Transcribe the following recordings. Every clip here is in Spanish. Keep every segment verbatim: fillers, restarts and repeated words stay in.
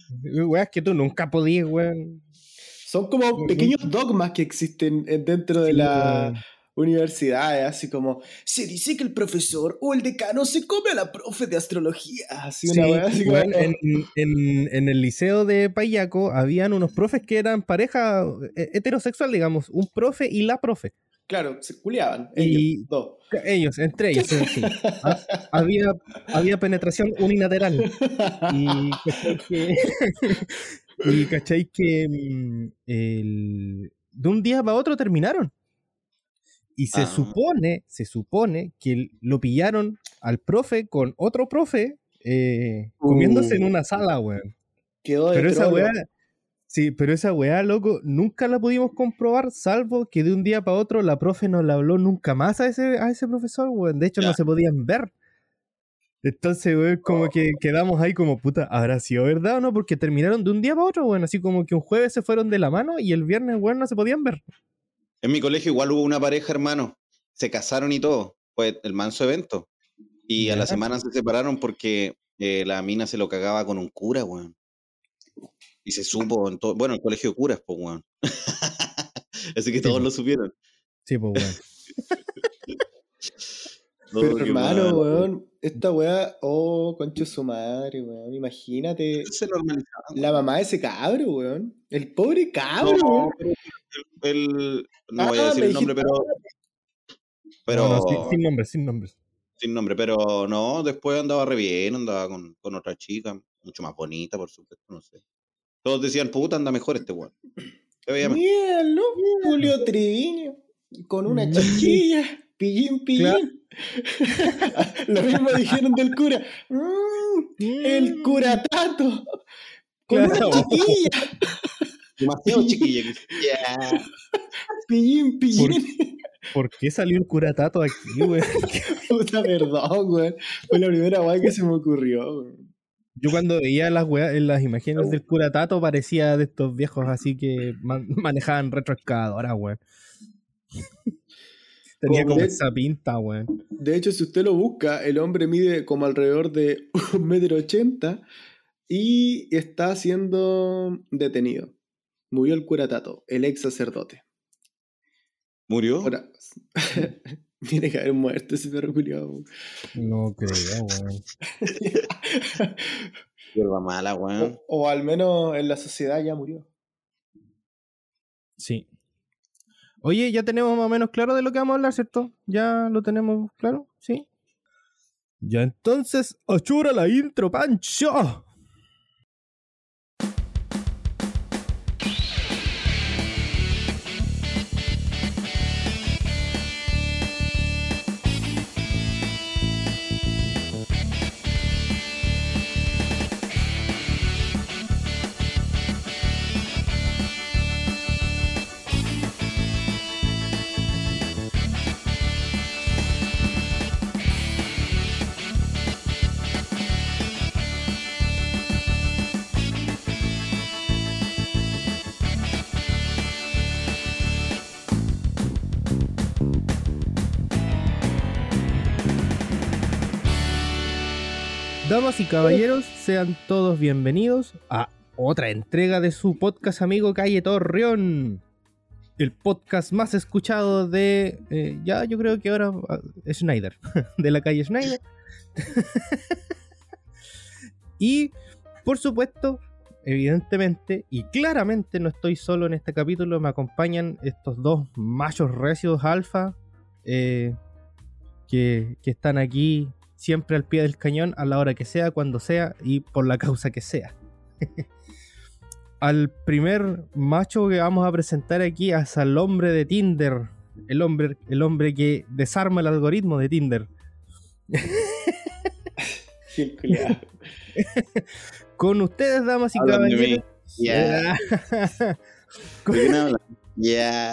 Weas que tú nunca podías, weón. Son como pequeños dogmas que existen dentro de la universidad, así como se dice que el profesor o el decano se come a la profe de astrología. Así sí, una wea así weón, como... en, en, en el liceo de Payaco habían unos profes que eran pareja heterosexual, digamos, un profe y la profe. Claro, se culiaban, ellos, y dos. Ellos, entre ellos, en sí. había, había penetración unilateral. Y cachai que... y cachai que el, de un día para otro terminaron. Y se ah. supone, se supone que lo pillaron al profe con otro profe eh, uh, comiéndose en una sala, weón. Quedó de pero esa trolo. weá, sí, pero esa weá, loco, nunca la pudimos comprobar, salvo que de un día para otro la profe no le habló nunca más a ese, a ese profesor, weón. De hecho, ya. no se podían ver. Entonces, weón, como oh. que quedamos ahí como, puta, ¿habrá sido verdad o no? Porque terminaron de un día para otro, weón. Así como que un jueves se fueron de la mano y el viernes, weón, no se podían ver. En mi colegio igual hubo una pareja, hermano. Se casaron y todo. Fue el manso evento. Y yeah. a la semana se separaron porque eh, la mina se lo cagaba con un cura, weón. Y se supo en todo... Bueno, el colegio de curas, pues, weón. Así que sí, todos pues. lo supieron. Sí, pues, weón. Pero oh, hermano, mal, weón, esta weá, oh, concho su madre, weón, imagínate. Se normalizaba. La mamá de ese cabro, weón. El pobre cabro, no, weón. Pero el, no ah, voy a decir el nombre, pero. pero no, no, sin, sin nombre, sin nombre. Sin nombre, pero no, después andaba re bien, andaba con, con otra chica, mucho más bonita, por supuesto, no sé. Todos decían, puta, anda mejor este weón. Mira, ¿no? Julio Triviño, con una chiquilla, pillín, pillín. Claro. Lo mismo dijeron del cura. Mm, el cura Tato. Con claro. una chiquilla. Demasiado chiquilla. Yeah. Pillín, pillín. ¿Por, ¿Por qué salió el cura Tato aquí, güey? Puta perdón, güey. Fue la primera guay que se me ocurrió, güey. Yo cuando veía las weas, en las imágenes oh. del cura Tato parecía de estos viejos así que man, manejaban retroexcavadoras, güey. Tenía como, como de, esa pinta, güey. De hecho, si usted lo busca, el hombre mide como alrededor de un metro ochenta y está siendo detenido. Murió el cura Tato, el ex sacerdote. ¿Murió? Ahora, tiene que haber muerto ese perro culiado. No creo, güey. Hierba mala, güey. O, o al menos en la sociedad ya murió. Sí. Oye, ya tenemos más o menos claro de lo que vamos a hablar, ¿cierto? ¿Ya lo tenemos claro? ¿Sí? Ya entonces, achura la intro, Pancho. Damas y caballeros, sean todos bienvenidos a otra entrega de su podcast amigo Calle Torreón. El podcast más escuchado de... Eh, ya yo creo que ahora... Uh, Schneider. De la calle Schneider. Y, por supuesto, evidentemente y claramente no estoy solo en este capítulo. Me acompañan estos dos machos recios alfa eh, que, que están aquí... siempre al pie del cañón, a la hora que sea, cuando sea y por la causa que sea. Al primer macho que vamos a presentar aquí es al hombre de Tinder. El hombre, el hombre que desarma el algoritmo de Tinder. Con ustedes, damas y hablan caballeros. Ya. Yeah. ¿De quién hablan? Ya.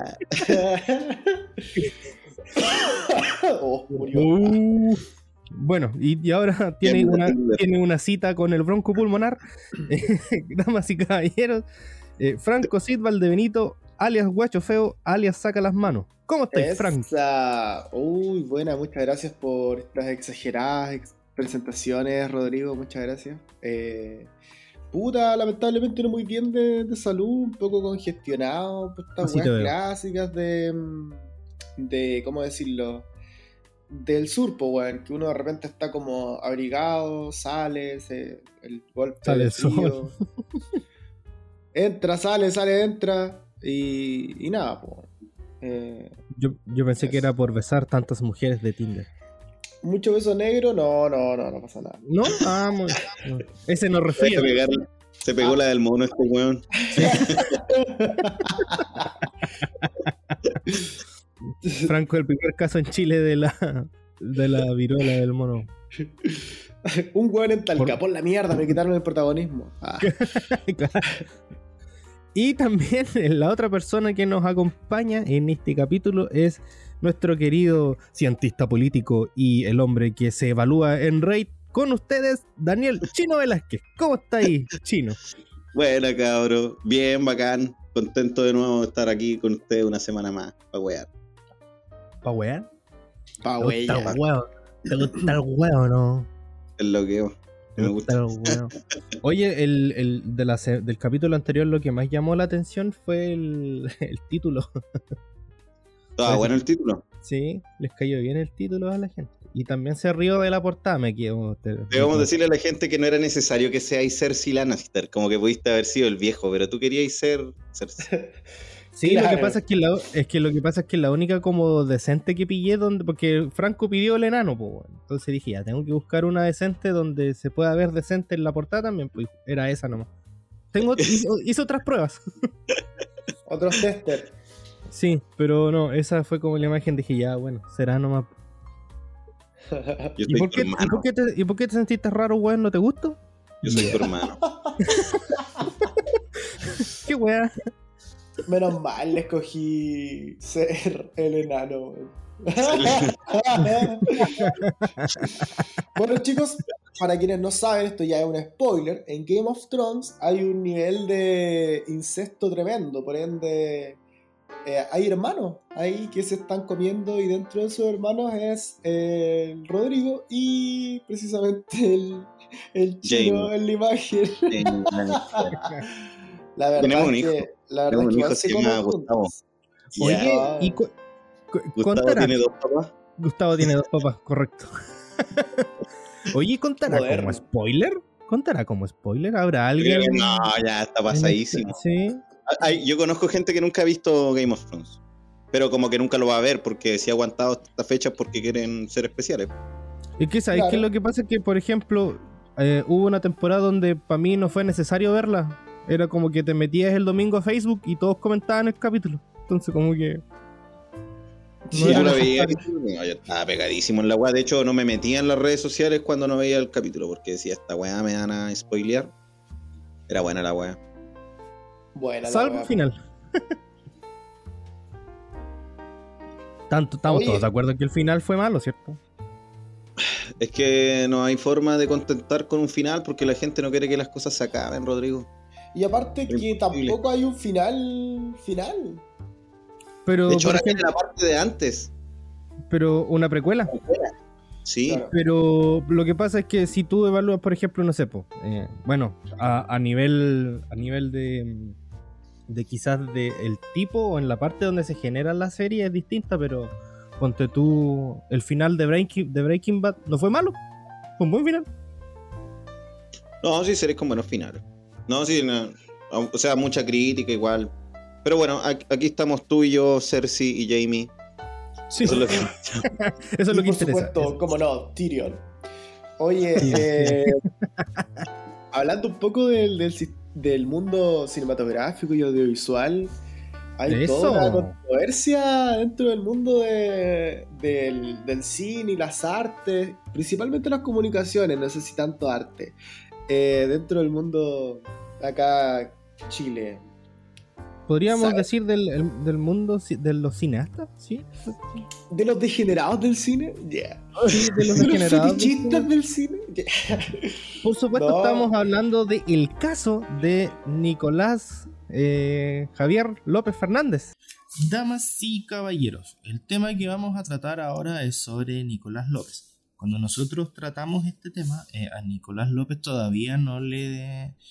Oh, murió. Uh. Bueno, y, y ahora tiene una, tiene una cita con el bronco pulmonar. Damas y caballeros, eh, Franco Cid Valdebenito, alias Guacho Feo, alias Saca las Manos. ¿Cómo estás, Franco? Uy, buena, muchas gracias por estas exageradas ex- presentaciones, Rodrigo, muchas gracias. Eh, puta, lamentablemente no muy bien de, de salud, un poco congestionado, pues estas Así te weas veo. clásicas de, de, ¿cómo decirlo? Del sur, pues, weón, que uno de repente está como abrigado, sale, se, el golpe Sale de el sol. frío, entra, sale, sale, entra, y, y nada, pues. Eh, Yo, yo pensé que Eso. era por besar tantas mujeres de Tinder. mucho beso negro, no, no, no, no pasa nada. ¿No? Ah, muy- no. Ese no Se, resfría. pegar- se pegó Ah. la del mono este weón. Franco, el primer caso en Chile de la, de la viruela del mono. Un weón en Talca, Por- por la mierda, me quitaron el protagonismo. Ah. Y también la otra persona que nos acompaña en este capítulo es nuestro querido cientista político y el hombre que se evalúa en Raid. Con ustedes, Daniel Chino Velázquez. ¿Cómo está ahí, Chino? Buena, cabro. Bien, bacán. Contento de nuevo de estar aquí con ustedes una semana más, pa' wear. ¿Pa' wear? Pa' ¿Te gusta huella. el huevo? ¿Te gusta el huevo, no? Es lo que yo. ¿Te Me gusta gusta. el huevo? Oye, el, el de la se- del capítulo anterior lo que más llamó la atención fue el, el título. Estaba bueno el título. Sí, les cayó bien el título a la gente. Y también se rió de la portada, me quedo. te- Debemos decirle a la gente que no era necesario que seáis Cersei Lannister, como que pudiste haber sido el viejo, pero tú queríais ser Cersei. Sí, lo que Claro. pasa es que la, es que lo que pasa es que la única como decente que pillé donde porque Franco pidió el enano, pues bueno. Entonces dije, ya tengo que buscar una decente donde se pueda ver decente en la portada también, pues era esa nomás. Tengo hizo, hizo otras pruebas. Otros testers. Sí, pero no, esa fue como la imagen, dije, ya, bueno, será nomás. Yo ¿Y soy por, tu qué, ¿y, hermano. por qué te, ¿Y por qué te sentiste raro, weón? ¿No te gustó? Yo soy tu hermano. ¿Qué weá? Menos mal le escogí ser el enano. weón. Bueno, chicos, para quienes no saben, esto ya es un spoiler. En Game of Thrones hay un nivel de incesto tremendo, por ende eh, hay hermanos ahí que se están comiendo y dentro de esos hermanos es eh, el Rodrigo y precisamente el, el chino Jamie. en la imagen. Eh, Lannister. La verdad Tenemos es un hijo. que, la verdad Tenemos es un que hijo, igual se se llama comen Gustavo. juntos. Oye, Ya. y cu- cu- Gustavo contará- tiene dos papás. Gustavo tiene dos papás, correcto. Oye, ¿contará Moderno. como spoiler? ¿Contará como spoiler? ¿Habrá alguien? Eh, No, ya está en pasadísimo. este- Sí. Ay, yo conozco gente que nunca ha visto Game of Thrones, pero como que nunca lo va a ver porque si ha aguantado estas fechas porque quieren ser especiales. Es que, ¿sabes Claro. qué? Lo que pasa es que, por ejemplo, eh, hubo una temporada donde para mí no fue necesario verla. Era como que te metías el domingo a Facebook y todos comentaban el capítulo. Entonces, como que. Sí, No Yo era la veía, necesario. no, yo estaba pegadísimo en la weá. De hecho, no me metía en las redes sociales cuando no veía el capítulo porque decía, esta weá me van a spoilear. Era buena la weá. Buena la Salvo wea. el final. Tanto, estamos Oye. todos de acuerdo que el final fue malo, ¿cierto? Es que no hay forma de contentar con un final porque la gente no quiere que las cosas se acaben, Rodrigo. Y aparte que Imposible. tampoco hay un final final. Pero, De hecho, por ahora viene ejemplo, la parte de antes. pero una precuela. Sí. Claro. Pero lo que pasa es que si tú evalúas, por ejemplo, no sé, po, eh, bueno, a, a nivel a nivel de, de quizás de el tipo o en la parte donde se genera la serie es distinta, pero ponte tú, el final de Breaking, de Breaking Bad no fue malo, fue un buen final. No, sí, series con buenos finales. No, sí, no. O sea, mucha crítica igual. Pero bueno, aquí aquí estamos tú y yo, Cersei y Jamie. Sí, Eso es lo que... eso es lo Y que por interesa. supuesto, como no, Tyrion. Oye, Sí. eh, hablando un poco del, del, sis- del mundo cinematográfico y audiovisual, hay Eso. toda una controversia dentro del mundo de- del, del cine y las artes, principalmente las comunicaciones, no sé si tanto arte, eh, dentro del mundo acá Chile. Podríamos ¿Sabes? decir del, el- del mundo ci- de los cineastas, ¿sí? ¿De los degenerados del cine? Yeah. Sí, de los ¿De los degenerados del fetichistas cine. del cine? Yeah. Por supuesto, No. estamos hablando del caso de Nicolás eh, Javier López Fernández. Damas y caballeros, el tema que vamos a tratar ahora es sobre Nicolás López. Cuando nosotros tratamos este tema, eh, a Nicolás López todavía no le,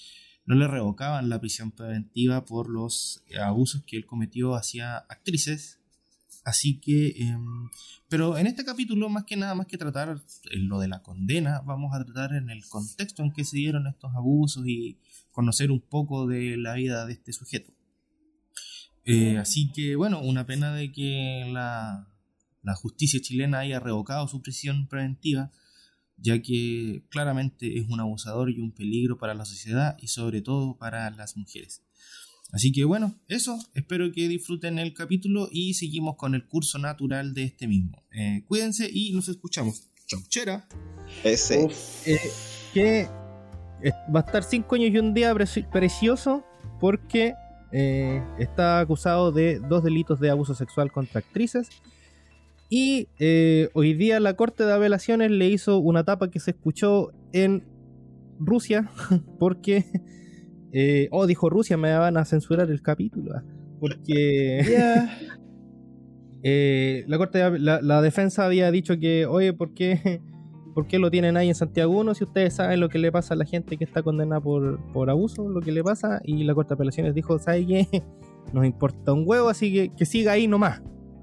no le revocaban la prisión preventiva por los abusos que él cometió hacia actrices. Así que, eh, pero en este capítulo, más que nada, más que tratar lo de la condena, vamos a tratar en el contexto en que se dieron estos abusos y conocer un poco de la vida de este sujeto. Eh, así que, bueno, una pena de que la, la justicia chilena haya revocado su prisión preventiva, ya que claramente es un abusador y un peligro para la sociedad y sobre todo para las mujeres. Así que bueno, eso, espero que disfruten el capítulo y seguimos con el curso natural de este mismo. Eh, cuídense y nos escuchamos. Chau, chera. Ese. Eh, que eh, va a estar cinco años y un día pre- precioso porque eh, está acusado de dos delitos de abuso sexual contra actrices. Y eh, hoy día la Corte de Apelaciones le hizo una tapa que se escuchó en Rusia porque... Eh, oh, dijo Rusia, me van a censurar el capítulo. Porque Yeah. eh, la corte, de, la, la defensa había dicho que, oye, ¿por qué, ¿por qué lo tienen ahí en Santiago uno si ustedes saben lo que le pasa a la gente que está condenada por, por abuso, lo que le pasa? Y la Corte de Apelaciones dijo, ¿sabe qué? Nos importa un huevo, así que que siga ahí nomás.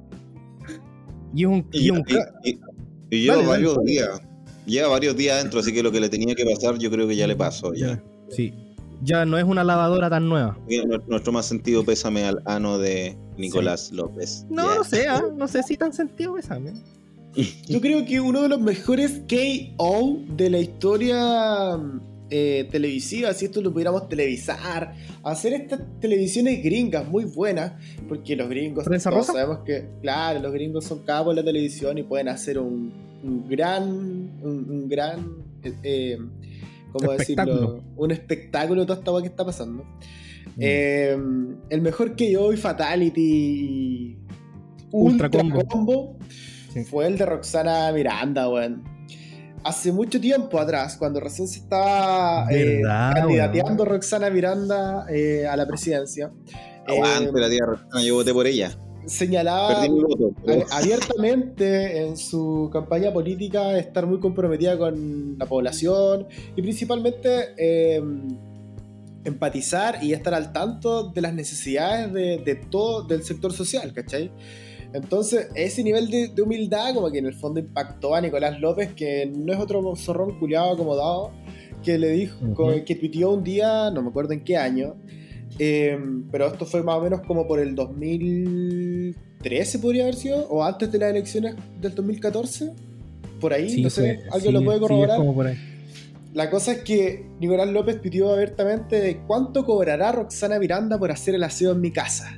Y un... Y, y un y, y, y lleva dale, varios dale. días. Lleva varios días adentro, así que lo que le tenía que pasar yo creo que ya le pasó. Ya. Ya, sí. Ya no es una lavadora tan nueva. Nuestro más sentido pésame al ano de Nicolás sí. López. No, Yeah. no sé, ¿eh? no sé si tan sentido pésame. Yo creo que uno de los mejores K O de la historia eh, televisiva, si esto lo pudiéramos televisar, hacer estas televisiones gringas muy buenas, porque los gringos ¿Prensa todos rosa? sabemos que, claro, los gringos son capos de la televisión y pueden hacer un, un gran, un, un gran, eh, ¿cómo espectáculo. decirlo? Un espectáculo de toda esta cosa que está pasando. Mm. Eh, el mejor K O y Fatality Ultra Ultra combo. Combo Sí. fue el de Roxana Miranda, weón. Hace mucho tiempo atrás, cuando recién se estaba eh, ¿Verdad, candidateando weón? Roxana Miranda eh, a la presidencia, Aguante eh, la tía Roxana, yo voté por ella. señalaba Perdí mi voto. pero- a- abiertamente en su campaña política estar muy comprometida con la población y principalmente eh, empatizar y estar al tanto de las necesidades de, de todo del sector social, ¿cachai? Entonces ese nivel de, de humildad como que en el fondo impactó a Nicolás López, que no es otro zorrón culiado acomodado, que le dijo, Ujú. que tuiteó un día, no me acuerdo en qué año, eh, pero esto fue más o menos como por el dos mil trece podría haber sido, o antes de las elecciones del dos mil catorce, por ahí, Sí, no sé, fue- alguien sí, lo puede sí, es corroborar. como por ahí. La cosa es que Nicolás López pidió abiertamente de cuánto cobrará Roxana Miranda por hacer el aseo en mi casa.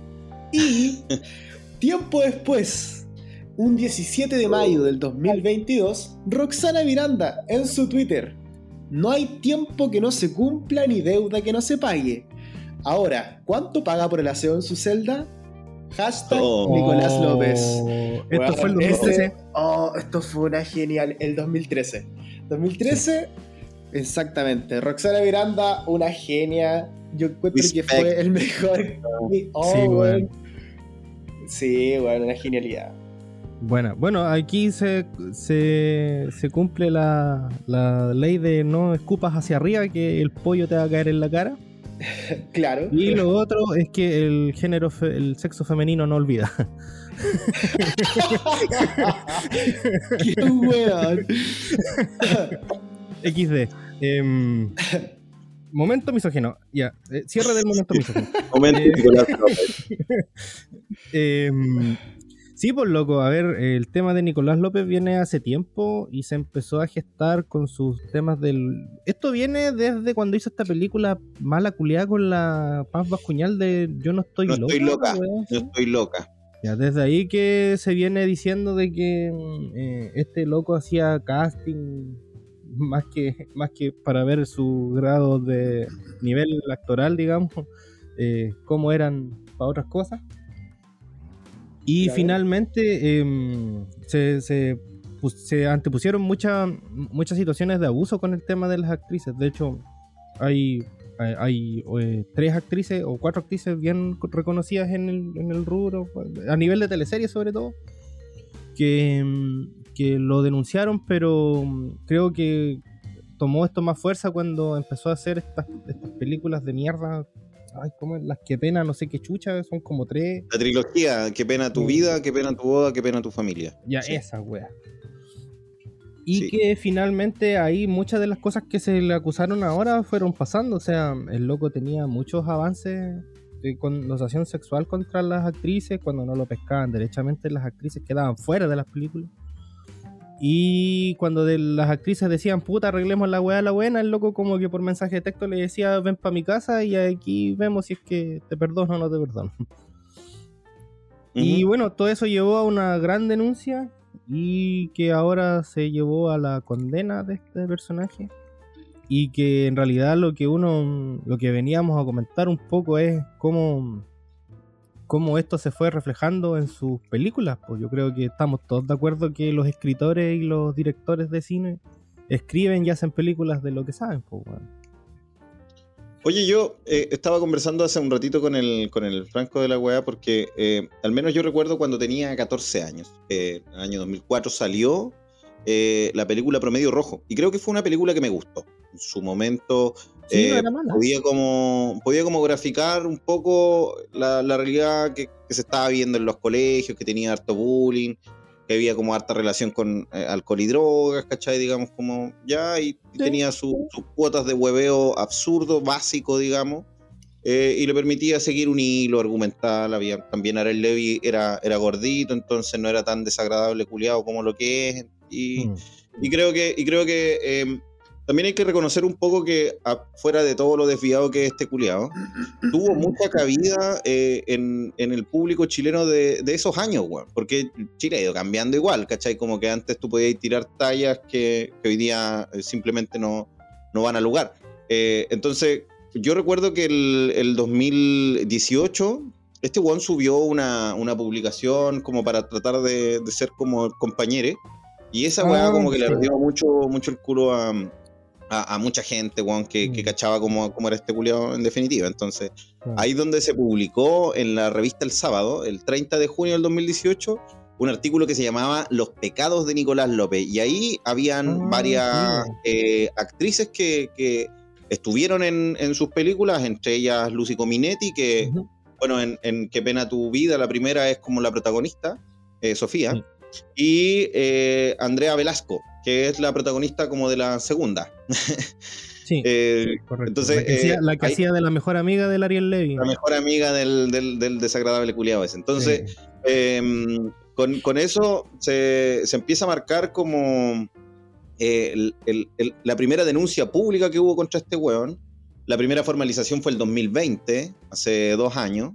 Y tiempo después, un diecisiete de mayo del dos mil veintidós, Roxana Miranda en su Twitter: no hay tiempo que no se cumpla ni deuda que no se pague. Ahora, ¿cuánto paga por el aseo en su celda? Hashtag Oh. Nicolás López. Esto Weón, fue el dos mil trece. ese- oh, esto fue una genial. El dos mil trece. dos mil trece, exactamente. Roxana Miranda, una genia. Yo encuentro Respect. que fue el mejor. Oh, Sí, weón. weón. Sí, bueno, una genialidad. Bueno, bueno, aquí se, se, se cumple la, la ley de no escupas hacia arriba, que el pollo te va a caer en la cara. Claro. Y lo otro es que el género, fe- el sexo femenino no olvida. Qué weón. equis de. Em, momento misógino. Ya, eh, cierre del momento misógino. Momento, Eh. Nicolás López. Em, sí, pues loco, a ver, el tema de Nicolás López viene hace tiempo y se empezó a gestar con sus temas del... Esto viene desde cuando hizo esta película mala culiada con la Paz Bascuñal de Yo no estoy No loca. estoy loca. weón, Yo ¿sí? estoy loca. Ya, desde ahí que se viene diciendo de que mm, eh, este loco hacía casting más que, más que para ver su grado de nivel actoral, digamos, eh, cómo eran para otras cosas. Y Claro. finalmente em, se, se, pus- se antepusieron muchas muchas situaciones de abuso con el tema de las actrices. De hecho, hay, hay, hay, eh, tres actrices o cuatro actrices bien reconocidas en el, en el rubro, a nivel de teleseries sobre todo, que, em, que lo denunciaron, pero mm, creo que tomó esto más fuerza cuando empezó a hacer estas, estas películas de mierda. Ay, ¿cómo es? Las que pena, no sé qué chucha, son como tres. La trilogía, qué pena tu vida, qué pena tu boda, qué pena tu familia. Ya, sí. Esa wea. Y Sí. que finalmente ahí muchas de las cosas que se le acusaron ahora fueron pasando. O sea, el loco tenía muchos avances de connotación sexual contra las actrices. Cuando no lo pescaban derechamente, las actrices quedaban fuera de las películas. Y cuando de las actrices decían, puta, arreglemos la weá a la buena, el loco como que por mensaje de texto le decía, ven pa' mi casa y aquí vemos si es que te perdono o no te perdono. Uh-huh. Y bueno, todo eso llevó a una gran denuncia y que ahora se llevó a la condena de este personaje. Y que en realidad lo que uno, lo que veníamos a comentar un poco es cómo... cómo esto se fue reflejando en sus películas. Pues yo creo que estamos todos de acuerdo que los escritores y los directores de cine escriben y hacen películas de lo que saben. Pues, bueno. Oye, yo eh, estaba conversando hace un ratito con el, con el Franco de la weá porque eh, al menos yo recuerdo cuando tenía catorce años, eh, en el año dos mil cuatro salió eh, la película Promedio Rojo y creo que fue una película que me gustó. En su momento sí, eh, no era mala. podía, como, podía como graficar un poco la, la realidad que, que se estaba viendo en los colegios, que tenía harto bullying, que había como harta relación con eh, alcohol y drogas, ¿cachai? Digamos, como ya, y, y sí. tenía sus su cuotas de hueveo absurdo, básico, digamos, eh, y le permitía seguir un hilo argumental. Había, también Aaron Levy era, era gordito, entonces no era tan desagradable culiado como lo que es, y, mm. y creo que, y creo que eh, también hay que reconocer un poco que, afuera de todo lo desviado que es este culiado, tuvo mucha cabida eh, en, en el público chileno de, de esos años, güey. Porque Chile ha ido cambiando igual, ¿cachai? Como que antes tú podías tirar tallas que, que hoy día eh, simplemente no, no van al lugar. Eh, entonces, yo recuerdo que el, el dos mil dieciocho, este weón subió una, una publicación como para tratar de, de ser como compañeros. Y esa weá como que sí. le ardió mucho, mucho el culo a... A, a mucha gente, weón, que, que cachaba cómo, cómo era este culiao en definitiva. Entonces, claro. ahí donde se publicó en la revista El Sábado, el treinta de junio del dos mil dieciocho, un artículo que se llamaba Los pecados de Nicolás López. Y ahí habían oh, varias sí. eh, actrices que, que estuvieron en, en sus películas, entre ellas Lucy Cominetti, que, uh-huh. bueno, en, en Qué pena tu vida, la primera es como la protagonista, eh, Sofía, sí. y eh, Andrea Velasco, que es la protagonista como de la segunda. Sí, eh, correcto. Entonces, la que, hacía, eh, la que ahí, hacía de la mejor amiga del Ariel Levy. La mejor amiga del, del, del desagradable culiao ese. Entonces, sí. eh, con, con eso se, se empieza a marcar como eh, el, el, el, la primera denuncia pública que hubo contra este weón. La primera formalización fue el dos mil veinte, hace dos años.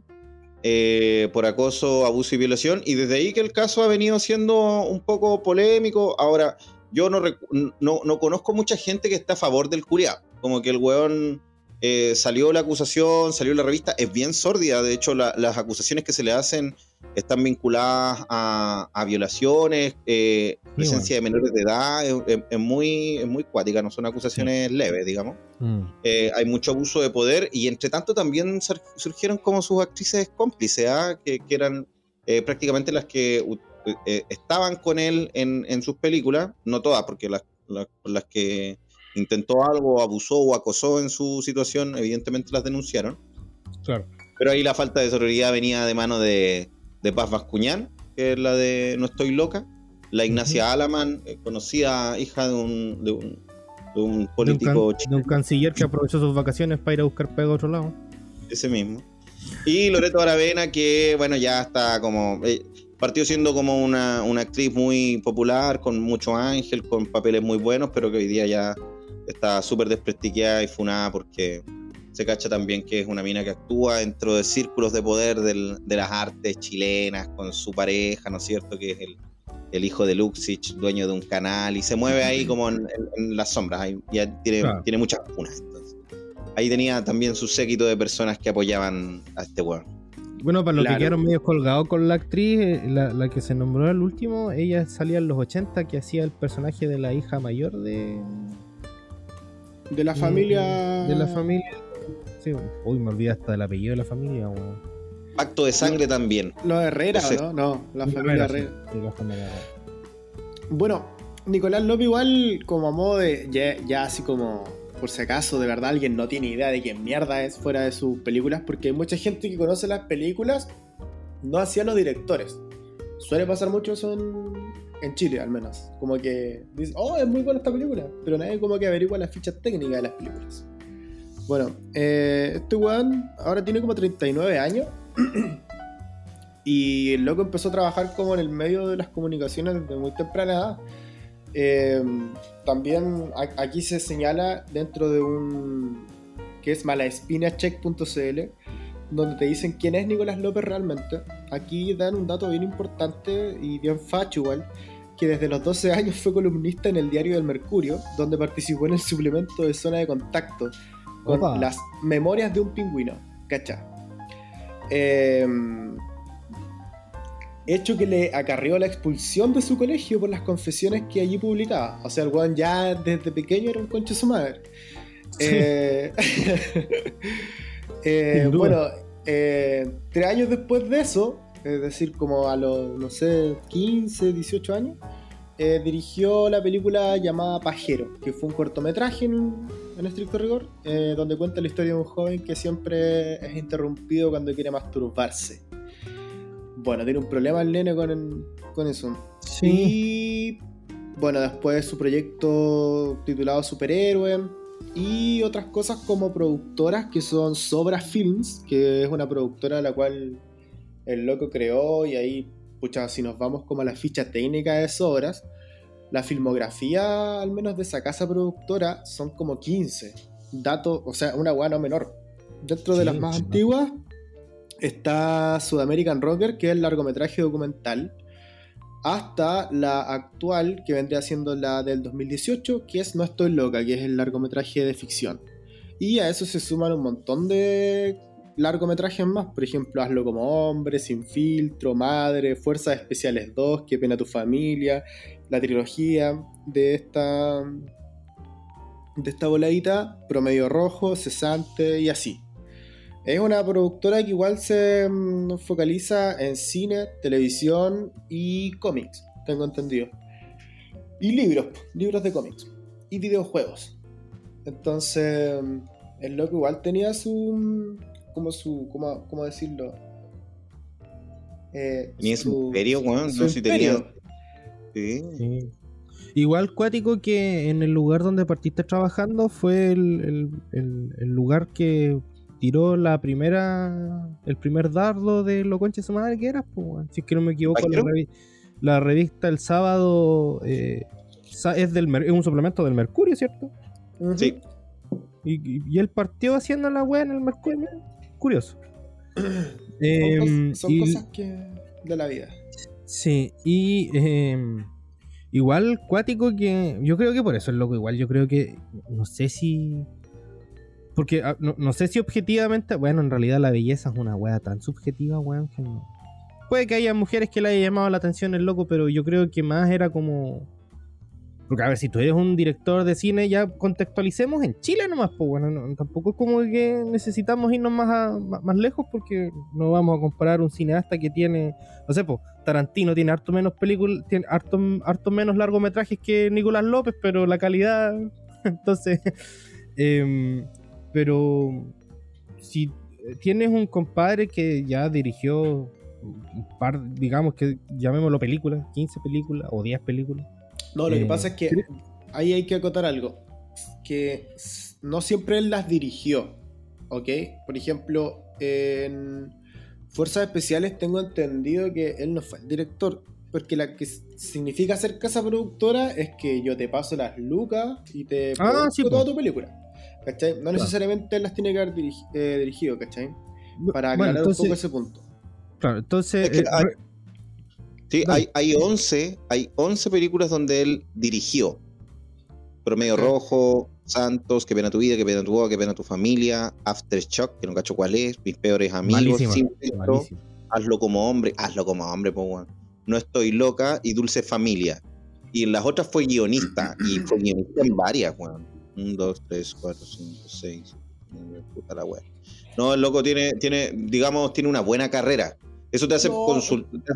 Eh, por acoso, abuso y violación, y desde ahí que el caso ha venido siendo un poco polémico. Ahora, yo no, no, no conozco mucha gente que está a favor del culiao, como que el weón eh, salió la acusación, salió la revista, es bien sórdida. De hecho, la, las acusaciones que se le hacen están vinculadas a, a violaciones, eh, sí, presencia bueno. de menores de edad, es, es, es, muy, es muy cuática, no son acusaciones sí. leves, digamos. Mm. Eh, hay mucho abuso de poder, y entre tanto también surgieron como sus actrices cómplices, ¿eh? que, que eran eh, prácticamente las que eh, estaban con él en, en sus películas, no todas, porque las, las, las que intentó algo, abusó o acosó en su situación, evidentemente las denunciaron. Claro. Pero ahí la falta de sororidad venía de mano de, de Paz Bascuñán, que es la de No estoy loca, la Ignacia uh-huh. Alaman, eh, conocida hija de un, de un, de un político de un, can, de un canciller que aprovechó sus vacaciones para ir a buscar pega a otro lado. Ese mismo. Y Loreto Aravena, que bueno, ya está como... Eh, partió siendo como una, una actriz muy popular, con mucho ángel, con papeles muy buenos, pero que hoy día ya está súper desprestigiada y funada porque se cacha también que es una mina que actúa dentro de círculos de poder del, de las artes chilenas con su pareja, ¿no es cierto? Que es el, el hijo de Luxich, dueño de un canal, y se mueve ahí como en, en, en las sombras. Ahí ya tiene, claro. tiene muchas funas. Entonces, ahí tenía también su séquito de personas que apoyaban a este weón. Bueno, para los claro. que quedaron medio colgados con la actriz, la, la que se nombró al último, ella salía en los ochenta, que hacía el personaje de la hija mayor de... De la familia... De la familia... Sí, uy, me olvidé hasta del apellido de la familia, weón. Pacto de sangre también. Los Herrera, ¿no? No, la familia Herrera. Sí, la familia Herrera. Bueno, Nicolás López igual, como a modo de, ya, ya así como, por si acaso de verdad alguien no tiene idea de quién mierda es fuera de sus películas, porque hay mucha gente que conoce las películas, no hacía los directores. Suele pasar mucho eso en, en Chile, al menos. Como que dice, oh, es muy buena esta película, pero nadie como que averigua las fichas técnicas de las películas. Bueno, eh, este weón ahora tiene como treinta y nueve años y el loco empezó a trabajar como en el medio de las comunicaciones desde muy temprana edad. Eh, también a, aquí se señala dentro de un que es malaespinacheck punto c l, donde te dicen quién es Nicolás López realmente. Aquí dan un dato bien importante y bien facho igual, que desde los doce años fue columnista en el diario del Mercurio, donde participó en el suplemento de Zona de Contacto con Opa. Las memorias de un pingüino, ¿cacha? Eh, hecho que le acarreó la expulsión de su colegio por las confesiones que allí publicaba. O sea, el weón ya desde pequeño era un concho de su madre. Sí. Eh, eh, bueno, eh, tres años después de eso, es decir, como a los, no sé, quince, dieciocho años, eh, dirigió la película llamada Pajero, que fue un cortometraje en, en estricto rigor, eh, donde cuenta la historia de un joven que siempre es interrumpido cuando quiere masturbarse. Bueno, tiene un problema el nene con, el, con eso. Sí. Y bueno, después su proyecto titulado Superhéroe y otras cosas como productoras que son Sobra Films, que es una productora a la cual el loco creó. Y ahí, pucha, si nos vamos como a la ficha técnica de Sobras, la filmografía al menos de esa casa productora son como quince datos, o sea, una hueá no menor. Dentro sí, de las más sí, antiguas está South American Rocker, que es el largometraje documental, hasta la actual, que vendría siendo la del dos mil dieciocho, que es No Estoy Loca, que es el largometraje de ficción. Y a eso se suman un montón de largometrajes más, por ejemplo, Hazlo como hombre, Sin filtro, Madre, Fuerzas Especiales dos, Qué pena tu familia, la trilogía de esta de esta voladita, Promedio Rojo, Cesante y así. Es una productora que igual se mm, focaliza en cine, televisión y cómics, tengo entendido. Y libros, libros de cómics. Y videojuegos. Entonces, el loco igual tenía su... como su... ¿Cómo, cómo decirlo? Eh, ¿Tenía su imperio, weón? No sé si tenía... Sí. Sí. Igual cuático que en el lugar donde partiste trabajando fue el, el, el, el lugar que... tiró la primera el primer dardo de lo concha de su madre que era, pues, si es que no me equivoco, la, revi- la revista El Sábado eh, es del es un suplemento del Mercurio, ¿cierto? Sí. Y, y él partió haciendo la wea en el Mercurio, curioso. son eh, cos- son y, cosas que de la vida. Sí, y eh, igual cuático que yo creo que por eso es loco, igual yo creo que no sé si Porque no, no sé si objetivamente, bueno, en realidad la belleza es una wea tan subjetiva, weón, que no. Puede que haya mujeres que le haya llamado la atención el loco, pero yo creo que más era como... Porque a ver, si tú eres un director de cine, ya contextualicemos en Chile nomás, pues bueno, no, tampoco es como que necesitamos irnos más, a, más, más lejos, porque no vamos a comparar un cineasta que tiene, no sé, pues Tarantino tiene harto menos películas, tiene harto, harto menos largometrajes que Nicolás López, pero la calidad, entonces... eh, Pero si tienes un compadre que ya dirigió un par, digamos que llamémoslo películas, quince películas o diez películas. No, lo eh, que pasa es que ahí hay que acotar algo, que no siempre él las dirigió, ¿ok? Por ejemplo, en Fuerzas Especiales tengo entendido que él no fue el director, porque la que significa ser casa productora es que yo te paso las lucas y te ah, produzco sí, toda po. tu película. ¿Cachai? No claro. necesariamente él las tiene que haber dirigi- eh, dirigido, ¿cachai? Para aclarar bueno, entonces, un poco ese punto. Claro, entonces... Es que eh, hay, sí, hay, hay, once, hay once películas donde él dirigió. Promedio okay. Rojo, Santos, Qué pena tu vida, Qué pena tu boda, Qué pena tu familia, Aftershock, que no cacho cuál es, Mis peores amigos, Sin filtro, Hazlo como hombre, Hazlo como hombre, pues bueno. No estoy loca y Dulce Familia. Y en las otras fue guionista, y fue guionista en varias, weón. uno, dos, tres, cuatro, cinco, seis. Puta la wea. No, el loco tiene, tiene, digamos, tiene una buena carrera. Eso te hace, no. consult- te hace,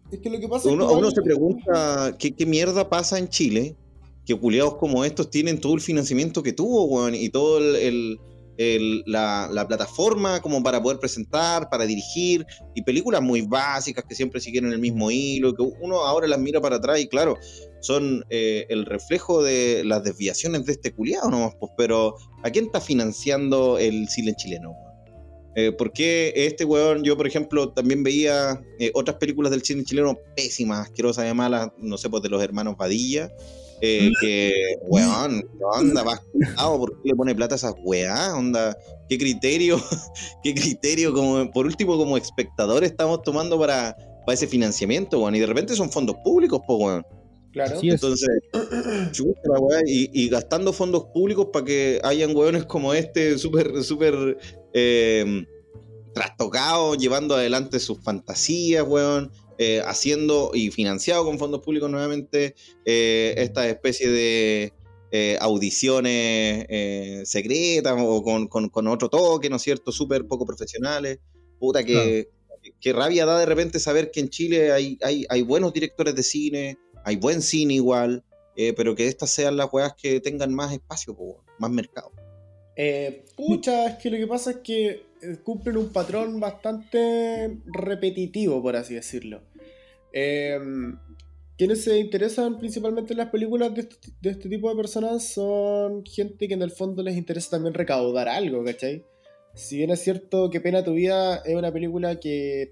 Es que lo que pasa uno, es que uno igual... se pregunta ¿qué, qué mierda pasa en Chile, que culiados como estos tienen todo el financiamiento que tuvo, weón, y todo el, el, el, la, la plataforma como para poder presentar, para dirigir, y películas muy básicas que siempre siguieron el mismo hilo, que uno ahora las mira para atrás y claro, son eh, el reflejo de las desviaciones de este culiado nomás, pues, pero ¿a quién está financiando el cine chileno? Eh, ¿Por qué este weón? Yo, por ejemplo, también veía eh, otras películas del cine chileno pésimas, asquerosas y malas, no sé, pues de los hermanos Padilla, eh, que, weón, ¿qué onda? Vas cuidado, ¿por qué le pone plata a esas weás? Onda, ¿qué criterio, qué criterio, como por último, como espectador estamos tomando para, para ese financiamiento, weón? Y de repente son fondos públicos, pues, weón. Claro. Sí, Entonces, chuta la weá, y, y gastando fondos públicos para que hayan weones como este, súper, súper eh, trastocados, llevando adelante sus fantasías, weón, eh, haciendo y financiado con fondos públicos nuevamente eh, esta especie de eh, audiciones eh, secretas o con, con, con otro toque, ¿no es cierto?, súper poco profesionales. Puta, que, claro. que, que rabia da de repente saber que en Chile hay, hay, hay buenos directores de cine, hay buen cine igual, eh, pero que estas sean las weas que tengan más espacio, po, más mercado. Eh, pucha, es que lo que pasa es que cumplen un patrón bastante repetitivo, por así decirlo. Eh, quienes se interesan principalmente en las películas de este, de este tipo de personas son gente que en el fondo les interesa también recaudar algo, ¿cachai? Si bien es cierto que Pena tu vida es una película que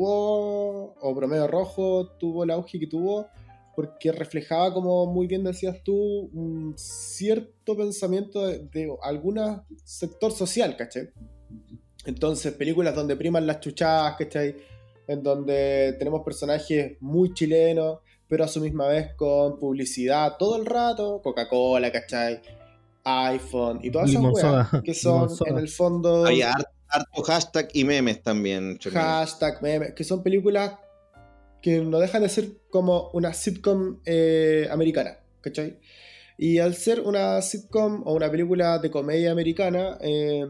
tuvo, o Promedio Rojo tuvo el auge que tuvo, porque reflejaba, como muy bien decías tú, un cierto pensamiento de, de algún sector social, ¿cachai? Entonces, películas donde priman las chuchadas, ¿cachai? En donde tenemos personajes muy chilenos, pero a su misma vez con publicidad todo el rato, Coca-Cola, ¿cachai? iPhone y todas esas weas que son en el fondo... Hay harto, harto hashtag y memes también. Hashtag, memes, que son películas que no dejan de ser como una sitcom eh, americana, ¿cachai? Y al ser una sitcom o una película de comedia americana, eh,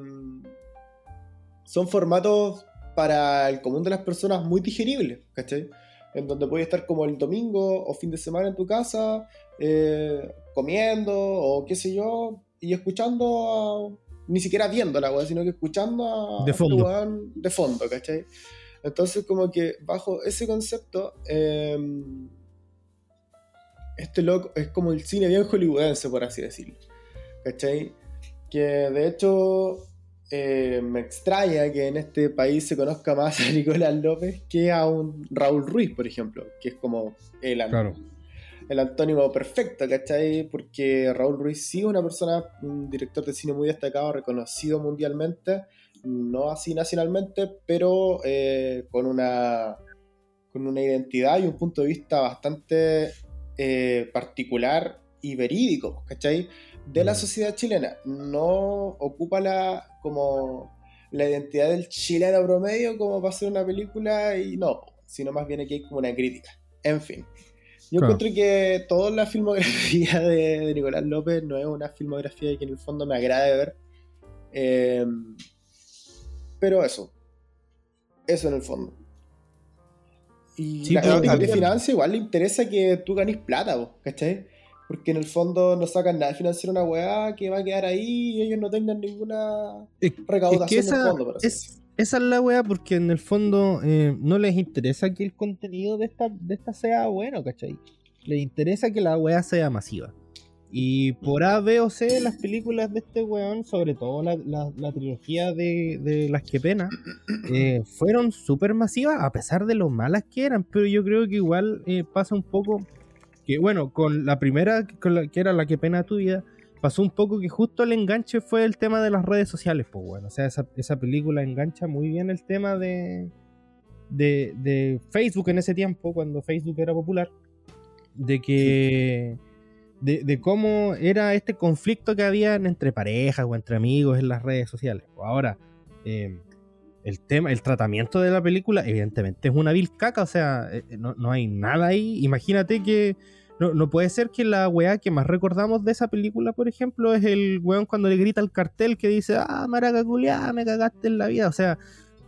son formatos para el común de las personas muy digeribles, ¿cachai? En donde puedes estar como el domingo o fin de semana en tu casa, eh, comiendo o qué sé yo, y escuchando, a, ni siquiera viendo la weá, sino que escuchando a de fondo, a de fondo, ¿cachai? Entonces, como que bajo ese concepto, eh, este loco es como el cine bien hollywoodense, por así decirlo, ¿cachai? Que de hecho eh, me extraña que en este país se conozca más a Nicolás López que a un Raúl Ruiz, por ejemplo, que es como el, claro. el antónimo perfecto, ¿cachai? Porque Raúl Ruiz sí es una persona, un director de cine muy destacado, reconocido mundialmente, no así nacionalmente, pero eh, con una con una identidad y un punto de vista bastante eh, particular y verídico, ¿cachai? De la sociedad chilena. No ocupa la como la identidad del chileno promedio como para hacer una película y no, sino más bien aquí hay como una crítica. En fin, yo claro. encuentro que toda la filmografía de, de Nicolás López no es una filmografía que en el fondo me agrade ver. Eh, Pero eso, eso en el fondo. Y sí, la gente que te financia igual le interesa que tú ganes plata, vos, ¿cachai? Porque en el fondo no sacan nada de financiar una weá que va a quedar ahí y ellos no tengan ninguna recaudación es que esa, en el fondo. Por así es, esa es la weá, porque en el fondo eh, no les interesa que el contenido de esta, de esta sea bueno, ¿cachai? Les interesa que la weá sea masiva. Y por A, B o C, las películas de este weón, sobre todo la, la, la trilogía de, de Las que pena, eh, fueron súper masivas a pesar de lo malas que eran. Pero yo creo que igual eh, pasa un poco que, bueno, con la primera, con la, que era La que pena tu vida, pasó un poco que justo el enganche fue el tema de las redes sociales, pues bueno. O sea, esa, esa película engancha muy bien el tema de, de, de Facebook en ese tiempo, cuando Facebook era popular, de que... Sí. De, de cómo era este conflicto que había entre parejas o entre amigos en las redes sociales. Ahora, eh, el tema, el tratamiento de la película, evidentemente es una vil caca, o sea, eh, no, no hay nada ahí. Imagínate que no, no puede ser que la weá que más recordamos de esa película, por ejemplo, es el weón cuando le grita al cartel que dice, ah, maraca culiá, me cagaste en la vida. O sea,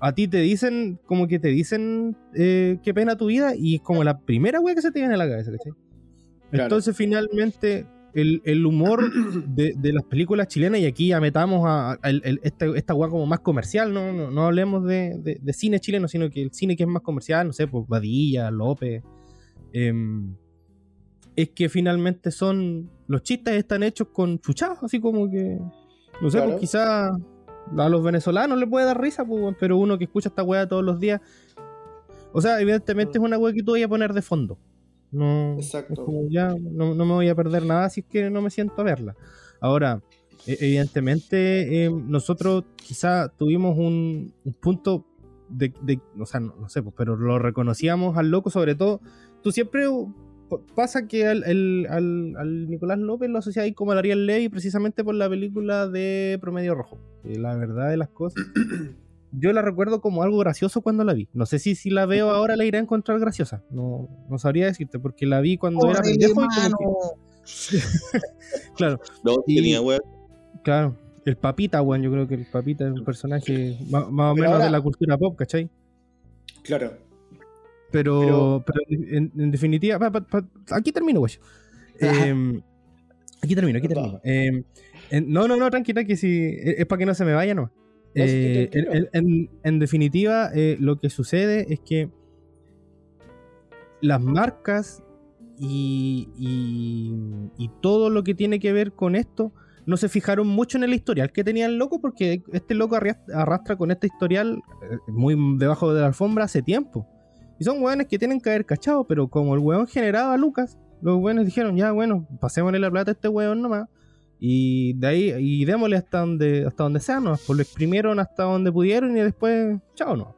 a ti te dicen, como que te dicen eh, qué pena tu vida, y es como la primera wea que se te viene a la cabeza, ¿cachai? Claro. Entonces finalmente el, el humor de, de las películas chilenas, y aquí ya metamos a, a, a el, esta, esta wea como más comercial, no, no, no hablemos de, de, de cine chileno, sino que el cine que es más comercial, no sé, pues Badilla, López, eh, es que finalmente son, los chistes están hechos con chuchados, así como que, no sé, claro. Pues quizás a los venezolanos les puede dar risa, pues, pero uno que escucha esta weá todos los días, o sea, evidentemente mm. es una weá que tú voy a poner de fondo. No, exacto. Es como ya no, no me voy a perder nada si es que no me siento a verla. Ahora, evidentemente, eh, nosotros quizá tuvimos un, un punto de, de, o sea, no, no sé, pues, pero lo reconocíamos al loco, sobre todo. Tú siempre pasa que al, el, al, al Nicolás López lo asociáis como al Ariel Levy precisamente por la película de Promedio Rojo. Y la verdad de las cosas, yo la recuerdo como algo gracioso cuando la vi. No sé si, si la veo ahora la iré a encontrar graciosa. No, no sabría decirte, porque la vi cuando era pendejo y como que... Claro. No, y, tenía weón. Claro, el Papita, weón. Yo creo que el Papita es un personaje más, más o menos ahora, de la cultura pop, ¿cachai? Claro. Pero, pero, pero en, en definitiva, pa, pa, pa, aquí termino, güey. Eh, aquí termino, aquí termino. Eh, en, no, no, no, tranquila, que si es, es para que no se me vaya, no. Eh, en, en, en definitiva, eh, lo que sucede es que las marcas y, y, y todo lo que tiene que ver con esto no se fijaron mucho en el historial que tenía el loco, porque este loco arrastra con este historial muy debajo de la alfombra hace tiempo. Y son hueones que tienen que haber cachado, pero como el hueón generaba a Lucas, los hueones dijeron, ya bueno, pasémosle la plata a este hueón nomás. Y de ahí, y démosle hasta donde, hasta donde sea, ¿no? Pues lo exprimieron hasta donde pudieron y después, chao, ¿no?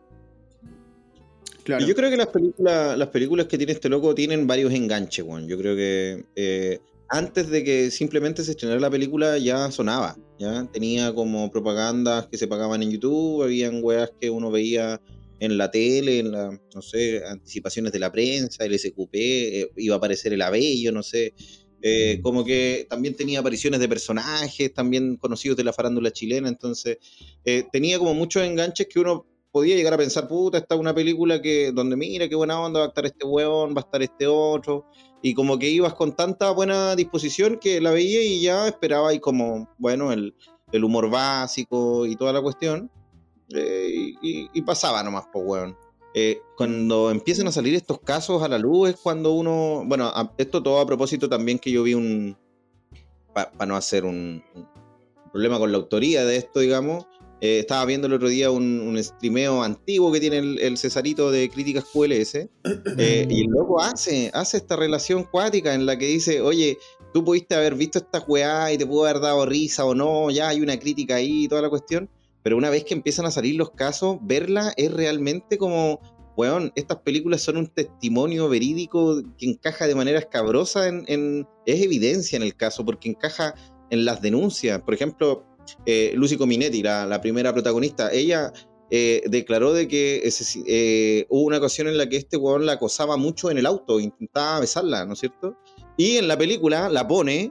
Claro. Y yo creo que las películas, las películas que tiene este loco tienen varios enganches, weón. Yo creo que eh, antes de que simplemente se estrenara la película ya sonaba, ya tenía como propagandas que se pagaban en YouTube, habían weas que uno veía en la tele, en la, no sé, anticipaciones de la prensa, el S Q P, eh, iba a aparecer el Abello, no sé, eh, como que también tenía apariciones de personajes también conocidos de la farándula chilena, entonces eh, tenía como muchos enganches que uno podía llegar a pensar, puta, esta es una película que donde mira qué buena onda, va a estar este hueón, va a estar este otro, y como que ibas con tanta buena disposición que la veía y ya esperaba y como, bueno, el, el humor básico y toda la cuestión. Eh, y, y pasaba nomás, pues, weón. Eh, cuando empiezan a salir estos casos a la luz es cuando uno... Bueno, a, esto todo a propósito también que yo vi un... Para pa no hacer un, un problema con la autoría de esto, digamos, eh, estaba viendo el otro día un, un streameo antiguo que tiene el, el Cesarito de Críticas Q L S, eh, y el loco hace, hace esta relación cuática en la que dice, oye, tú pudiste haber visto esta weá y te pudo haber dado risa o no, ya hay una crítica ahí y toda la cuestión. Pero una vez que empiezan a salir los casos, verla es realmente como, weón, estas películas son un testimonio verídico que encaja de manera escabrosa en, en es evidencia en el caso, porque encaja en las denuncias. Por ejemplo, eh, Lucy Cominetti, la, la primera protagonista, ella eh, declaró de que ese, eh, hubo una ocasión en la que este weón la acosaba mucho en el auto, intentaba besarla, ¿no es cierto? Y en la película la pone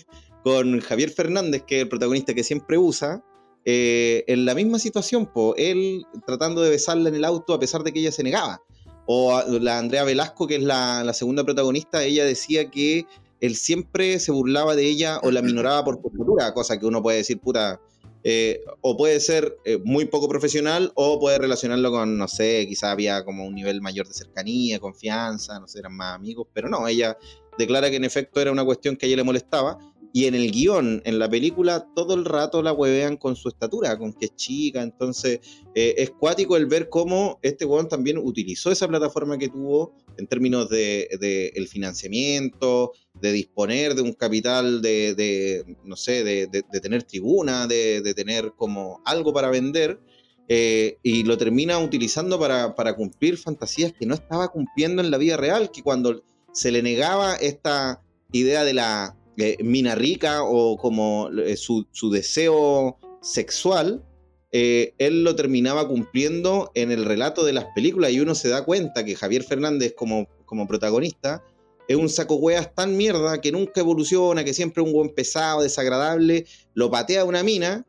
con Javier Fernández, que es el protagonista que siempre usa, Eh, en la misma situación, po, él tratando de besarla en el auto a pesar de que ella se negaba. O a, la Andrea Velasco, que es la, la segunda protagonista, ella decía que él siempre se burlaba de ella o la minoraba por postura, cosa que uno puede decir, puta, eh, o puede ser eh, muy poco profesional o puede relacionarlo con, no sé, quizá había como un nivel mayor de cercanía, confianza, no sé, eran más amigos, pero no, ella declara que en efecto era una cuestión que a ella le molestaba. Y en el guión, en la película, todo el rato la huevean con su estatura, con que es chica. Entonces, eh, es cuático el ver cómo este hueón también utilizó esa plataforma que tuvo en términos de, de el financiamiento, de disponer de un capital, de, de no sé, de, de, de tener tribuna, de, de tener como algo para vender, eh, y lo termina utilizando para, para cumplir fantasías que no estaba cumpliendo en la vida real, que cuando se le negaba esta idea de la... Eh, mina rica o como eh, su, su deseo sexual, eh, él lo terminaba cumpliendo en el relato de las películas y uno se da cuenta que Javier Fernández como, como protagonista es un saco hueas tan mierda que nunca evoluciona, que siempre es un buen pesado, desagradable, lo patea a una mina,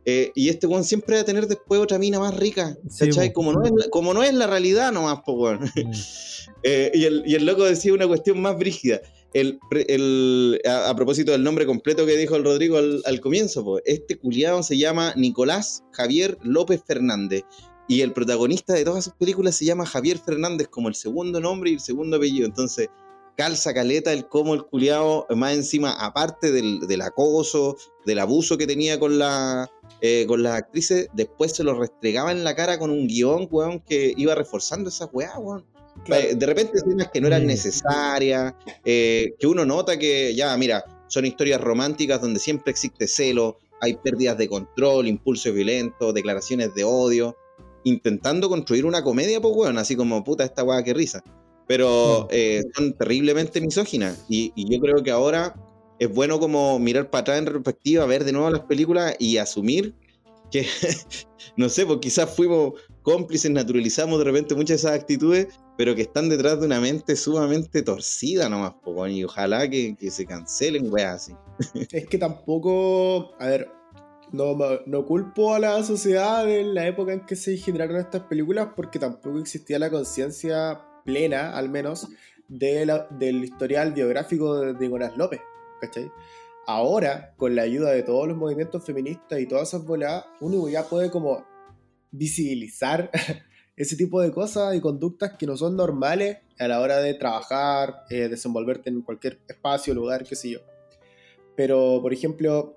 Eh, y este weón siempre va a tener después otra mina más rica, ¿cachai? Sí, como, no es, como no es la realidad nomás, po, weón. Mm. eh, y, el, y el loco decía una cuestión más brígida. El, el, a, a propósito del nombre completo que dijo el Rodrigo al, al comienzo, po, este culiado se llama Nicolás Javier López Fernández. Y el protagonista de todas sus películas se llama Javier Fernández como el segundo nombre y el segundo apellido. Entonces, calza caleta el cómo el culiado, más encima, aparte del, del acoso, del abuso que tenía con, la, eh, con las actrices, después se lo restregaba en la cara con un guión, weón, que iba reforzando esa weá, weón. Claro. De repente escenas que no eran necesarias, eh, que uno nota que, ya, mira, son historias románticas donde siempre existe celo, hay pérdidas de control, impulsos violentos, declaraciones de odio, intentando construir una comedia, pues, weón, así como, puta, esta weá, qué risa. Pero eh, son terriblemente misóginas, y, y yo creo que ahora es bueno como mirar para atrás en retrospectiva, ver de nuevo las películas y asumir que, no sé, pues quizás fuimos cómplices, naturalizamos de repente muchas de esas actitudes, pero que están detrás de una mente sumamente torcida nomás, po, y ojalá que, que se cancelen, weas así. Es que tampoco, a ver, no, no culpo a la sociedad en la época en que se generaron estas películas, porque tampoco existía la conciencia plena, al menos, de la, del historial biográfico de Nicolás López, ¿cachai? Ahora, con la ayuda de todos los movimientos feministas y todas esas voladas, uno ya puede como visibilizar ese tipo de cosas y conductas que no son normales a la hora de trabajar, eh, desenvolverte en cualquier espacio, lugar, qué sé yo. Pero, por ejemplo,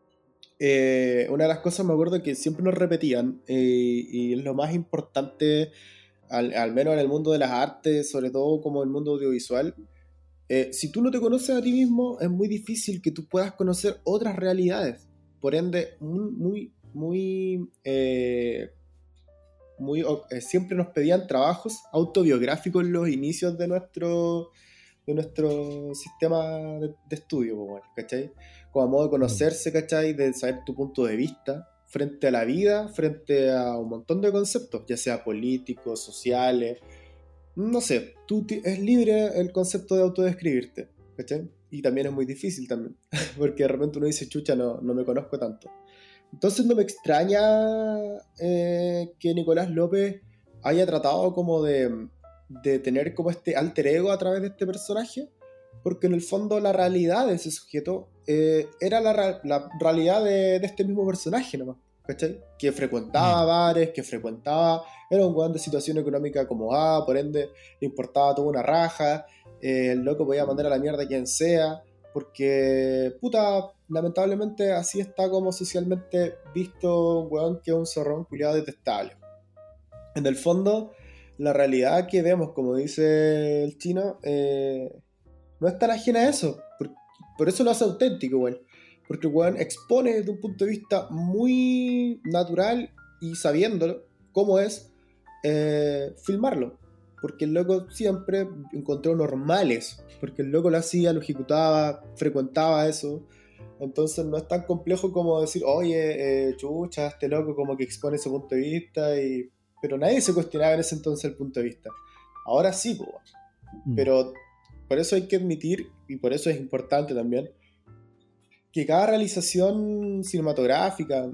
eh, una de las cosas me acuerdo que siempre nos repetían, eh, y es lo más importante, al, al menos en el mundo de las artes, sobre todo como el mundo audiovisual, eh, si tú no te conoces a ti mismo, es muy difícil que tú puedas conocer otras realidades. Por ende, muy, muy, muy, eh, muy eh, siempre nos pedían trabajos autobiográficos en los inicios de nuestro, de nuestro sistema de, de estudio, bueno, ¿cachai? Como a modo de conocerse, ¿cachai? De saber tu punto de vista frente a la vida, frente a un montón de conceptos, ya sea políticos, sociales. No sé, tú t- es libre el concepto de autodescribirte, ¿cachai? Y también es muy difícil también, porque de repente uno dice, chucha, no, no me conozco tanto. Entonces no me extraña eh, que Nicolás López haya tratado como de, de tener como este alter ego a través de este personaje, porque en el fondo la realidad de ese sujeto eh, era la, la realidad de, de este mismo personaje nomás, ¿cachai? Que frecuentaba bares, que frecuentaba, era un weón de situación económica acomodada, por ende le importaba toda una raja, eh, el loco podía mandar a la mierda a quien sea, porque, puta, lamentablemente así está como socialmente visto un weón que es un zorrón culiado detestable. En el fondo, la realidad que vemos, como dice el chino, eh, no es tan ajena a eso. Por, por eso lo hace auténtico, weón. Porque el weón expone desde un punto de vista muy natural y sabiéndolo cómo es eh, filmarlo. Porque el loco siempre encontró normales, porque el loco lo hacía, lo ejecutaba, frecuentaba eso. Entonces no es tan complejo como decir, oye, eh, chucha, este loco como que expone ese punto de vista, y... pero nadie se cuestionaba en ese entonces el punto de vista. Ahora sí, pues. Mm. Pero por eso hay que admitir, y por eso es importante también, que cada realización cinematográfica,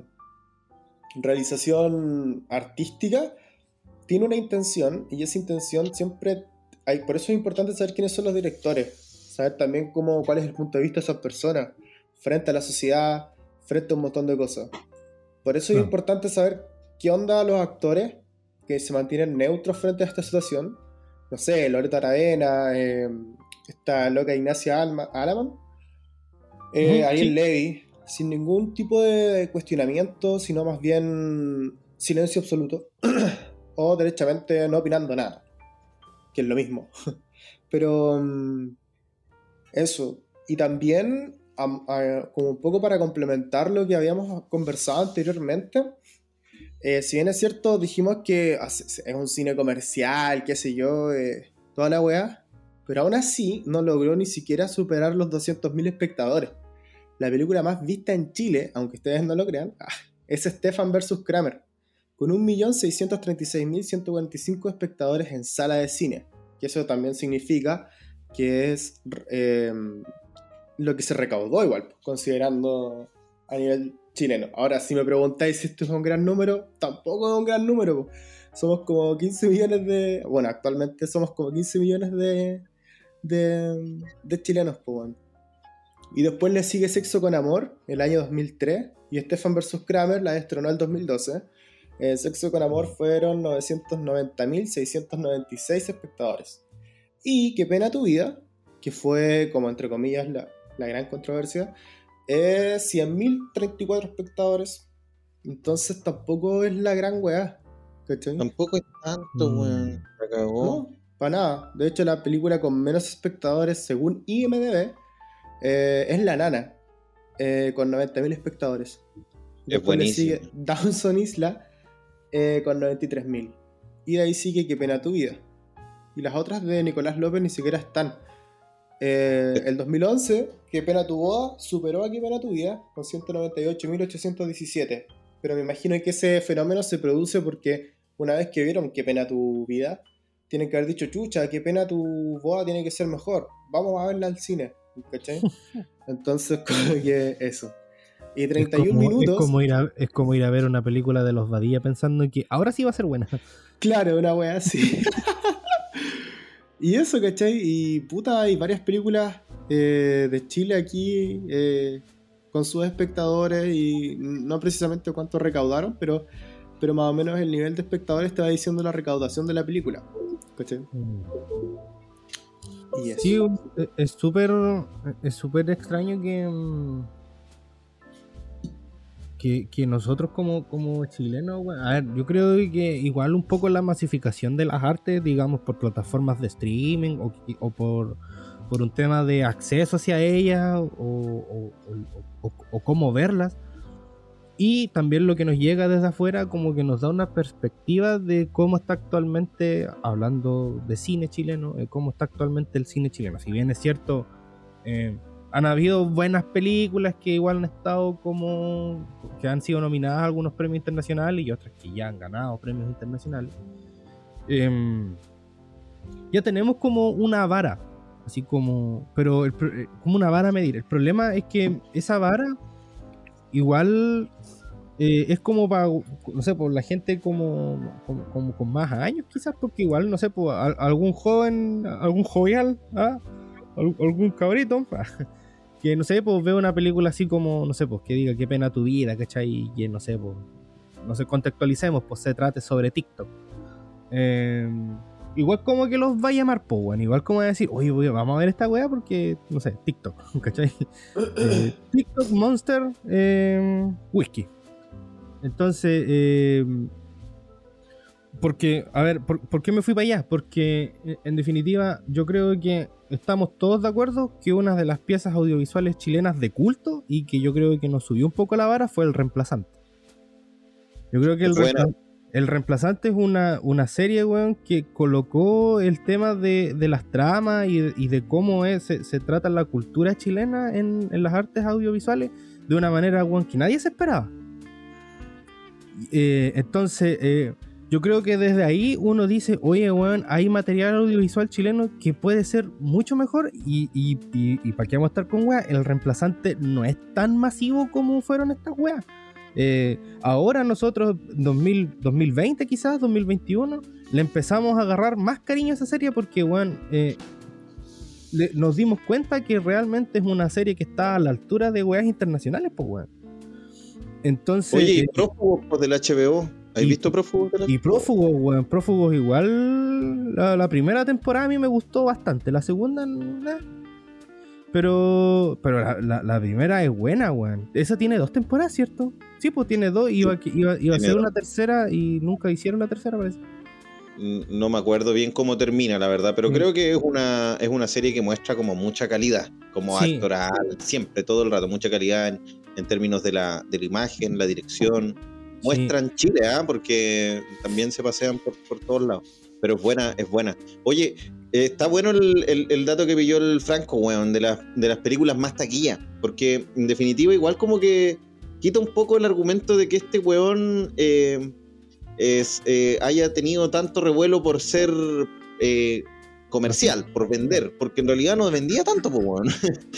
realización artística, tiene una intención, y esa intención siempre hay. Por eso es importante saber quiénes son los directores, saber también cómo, cuál es el punto de vista de esas personas frente a la sociedad, frente a un montón de cosas. Por eso es ah. importante saber qué onda los actores que se mantienen neutros frente a esta situación. No sé, Loreto Aravena, eh, esta loca Ignacia Alma, Alaman, eh, uh-huh, Ariel sí. Levy, sin ningún tipo de cuestionamiento, sino más bien silencio absoluto. O derechamente no opinando nada, que es lo mismo. Pero um, eso. Y también, um, uh, como un poco para complementar lo que habíamos conversado anteriormente, eh, si bien es cierto, dijimos que es un cine comercial, qué sé yo, eh, toda la weá, pero aún así no logró ni siquiera superar los doscientos mil espectadores. La película más vista en Chile, aunque ustedes no lo crean, es Stefan versus Kramer, con un millón seiscientos treinta y seis mil ciento cuarenta y cinco espectadores en sala de cine. Que eso también significa que es eh, lo que se recaudó igual, considerando a nivel chilenos. Ahora, si me preguntáis si esto es un gran número, tampoco es un gran número. Somos como quince millones de... Bueno, actualmente somos como quince millones de, de, de chilenos, pues, bueno. Y después le sigue Sexo con Amor, el año dos mil tres, y Stefan versus Kramer la destronó el dos mil doce. Eh, Sexo con Amor fueron novecientos noventa mil seiscientos noventa y seis espectadores. Y Qué pena tu vida, que fue, como entre comillas, la, la gran controversia, eh, cien mil treinta y cuatro espectadores. Entonces tampoco es la gran weá, ¿cachai? Tampoco es tanto, Mm. weón. Se cagó. No, para nada. De hecho, la película con menos espectadores, según I M D B, eh, es La Nana, eh, con noventa mil espectadores. Después le buenísimo. sigue Dawson Isla, eh, con noventa y tres mil. Y de ahí sigue Qué pena tu vida. Y las otras de Nicolás López ni siquiera están. Eh, el dos mil once, Qué pena tu boda superó a Qué pena tu vida con ciento noventa y ocho mil ochocientos diecisiete. Pero me imagino que ese fenómeno se produce porque una vez que vieron Qué pena tu vida, tienen que haber dicho, chucha, Qué pena tu boda tiene que ser mejor. Vamos a verla al cine, ¿cachai? Entonces, como que eso. Y treinta y uno es como, minutos. Es como, ir a, es como ir a ver una película de los Badía pensando que ahora sí va a ser buena. Claro, una wea así. Y eso, ¿cachai? Y puta, hay varias películas eh, de Chile aquí eh, con sus espectadores y no precisamente cuánto recaudaron, pero, pero más o menos el nivel de espectadores te va diciendo la recaudación de la película, ¿cachai? Y eso. Sí, es- es súper es súper extraño que, mm, que, que nosotros como, como chilenos, weón, a ver, yo creo que igual un poco la masificación de las artes, digamos, por plataformas de streaming o, o por, por un tema de acceso hacia ellas o, o, o, o- o cómo verlas. Y también lo que nos llega desde afuera como que nos da una perspectiva de cómo está actualmente, hablando de cine chileno, eh, cómo está actualmente el cine chileno. Si bien es cierto, eh, han habido buenas películas que igual han estado como, que han sido nominadas a algunos premios internacionales y otras que ya han ganado premios internacionales. Eh, ya tenemos como una vara, así como, pero el pro- eh, como una vara a medir. El problema es que esa vara igual eh, es como para, no sé, por la gente como, como, como con más años quizás, porque igual, no sé, por al- algún joven, algún jovial, ¿ah? Al- algún cabrito, que no sé, pues ve una película así como, no sé, pues que diga qué pena tu vida, ¿cachai? Y que no sé, pues, no sé, contextualicemos, pues se trate sobre TikTok. Eh, igual como que los va a llamar, pues, bueno, igual como va a decir, oye, oye, vamos a ver esta weá porque, no sé, TikTok, ¿cachai? Eh, TikTok Monster eh, Whisky. Entonces, eh, porque, a ver, ¿por, por qué me fui para allá? Porque, eh, en definitiva, yo creo que estamos todos de acuerdo que una de las piezas audiovisuales chilenas de culto y que yo creo que nos subió un poco la vara fue El Reemplazante. Yo creo que El, Buena. Reempla- el Reemplazante es una, una serie, weón, que colocó el tema de, de las tramas y de, y de cómo es, se, se trata la cultura chilena en, en las artes audiovisuales de una manera, weón, que nadie se esperaba. Eh, entonces, eh, yo creo que desde ahí uno dice, oye, weón, hay material audiovisual chileno que puede ser mucho mejor y, y, y, y para qué vamos a estar con weas, El Reemplazante no es tan masivo como fueron estas weas. Eh, ahora nosotros, dos mil, dos mil veinte quizás, dos mil veintiuno, le empezamos a agarrar más cariño a esa serie porque, weón, eh, le- nos dimos cuenta que realmente es una serie que está a la altura de weas internacionales, pues, weón. Entonces, Oye, eh, ¿y Prófugos pues, del H B O? ¿Has y- visto Prófugos del H B O? y Prófugos, weón, Prófugos igual. La, la primera temporada a mí me gustó bastante. La segunda, nah. Pero. Pero la, la- la primera es buena, weón. Esa tiene dos temporadas, ¿cierto? Sí, pues tiene dos. Iba, que- iba, iba a Tiene ser dos. una tercera y nunca hicieron la tercera, parece. Mm, No me acuerdo bien cómo termina, la verdad, pero Mm. creo que es una, es una serie que muestra como mucha calidad, como Sí. actoral, siempre, todo el rato, mucha calidad en, en términos de la, de la imagen, la dirección. Muestran Chile, ¿ah? Porque también se pasean por, por todos lados. Pero es buena, es buena. Oye, eh, está bueno el, el- el dato que pilló el Franco, weón, de, las de las películas más taquillas. Porque en definitiva, igual como que quita un poco el argumento de que este weón eh, es, eh, haya tenido tanto revuelo por ser eh, comercial, por vender, porque en realidad no vendía tanto, pues, bueno.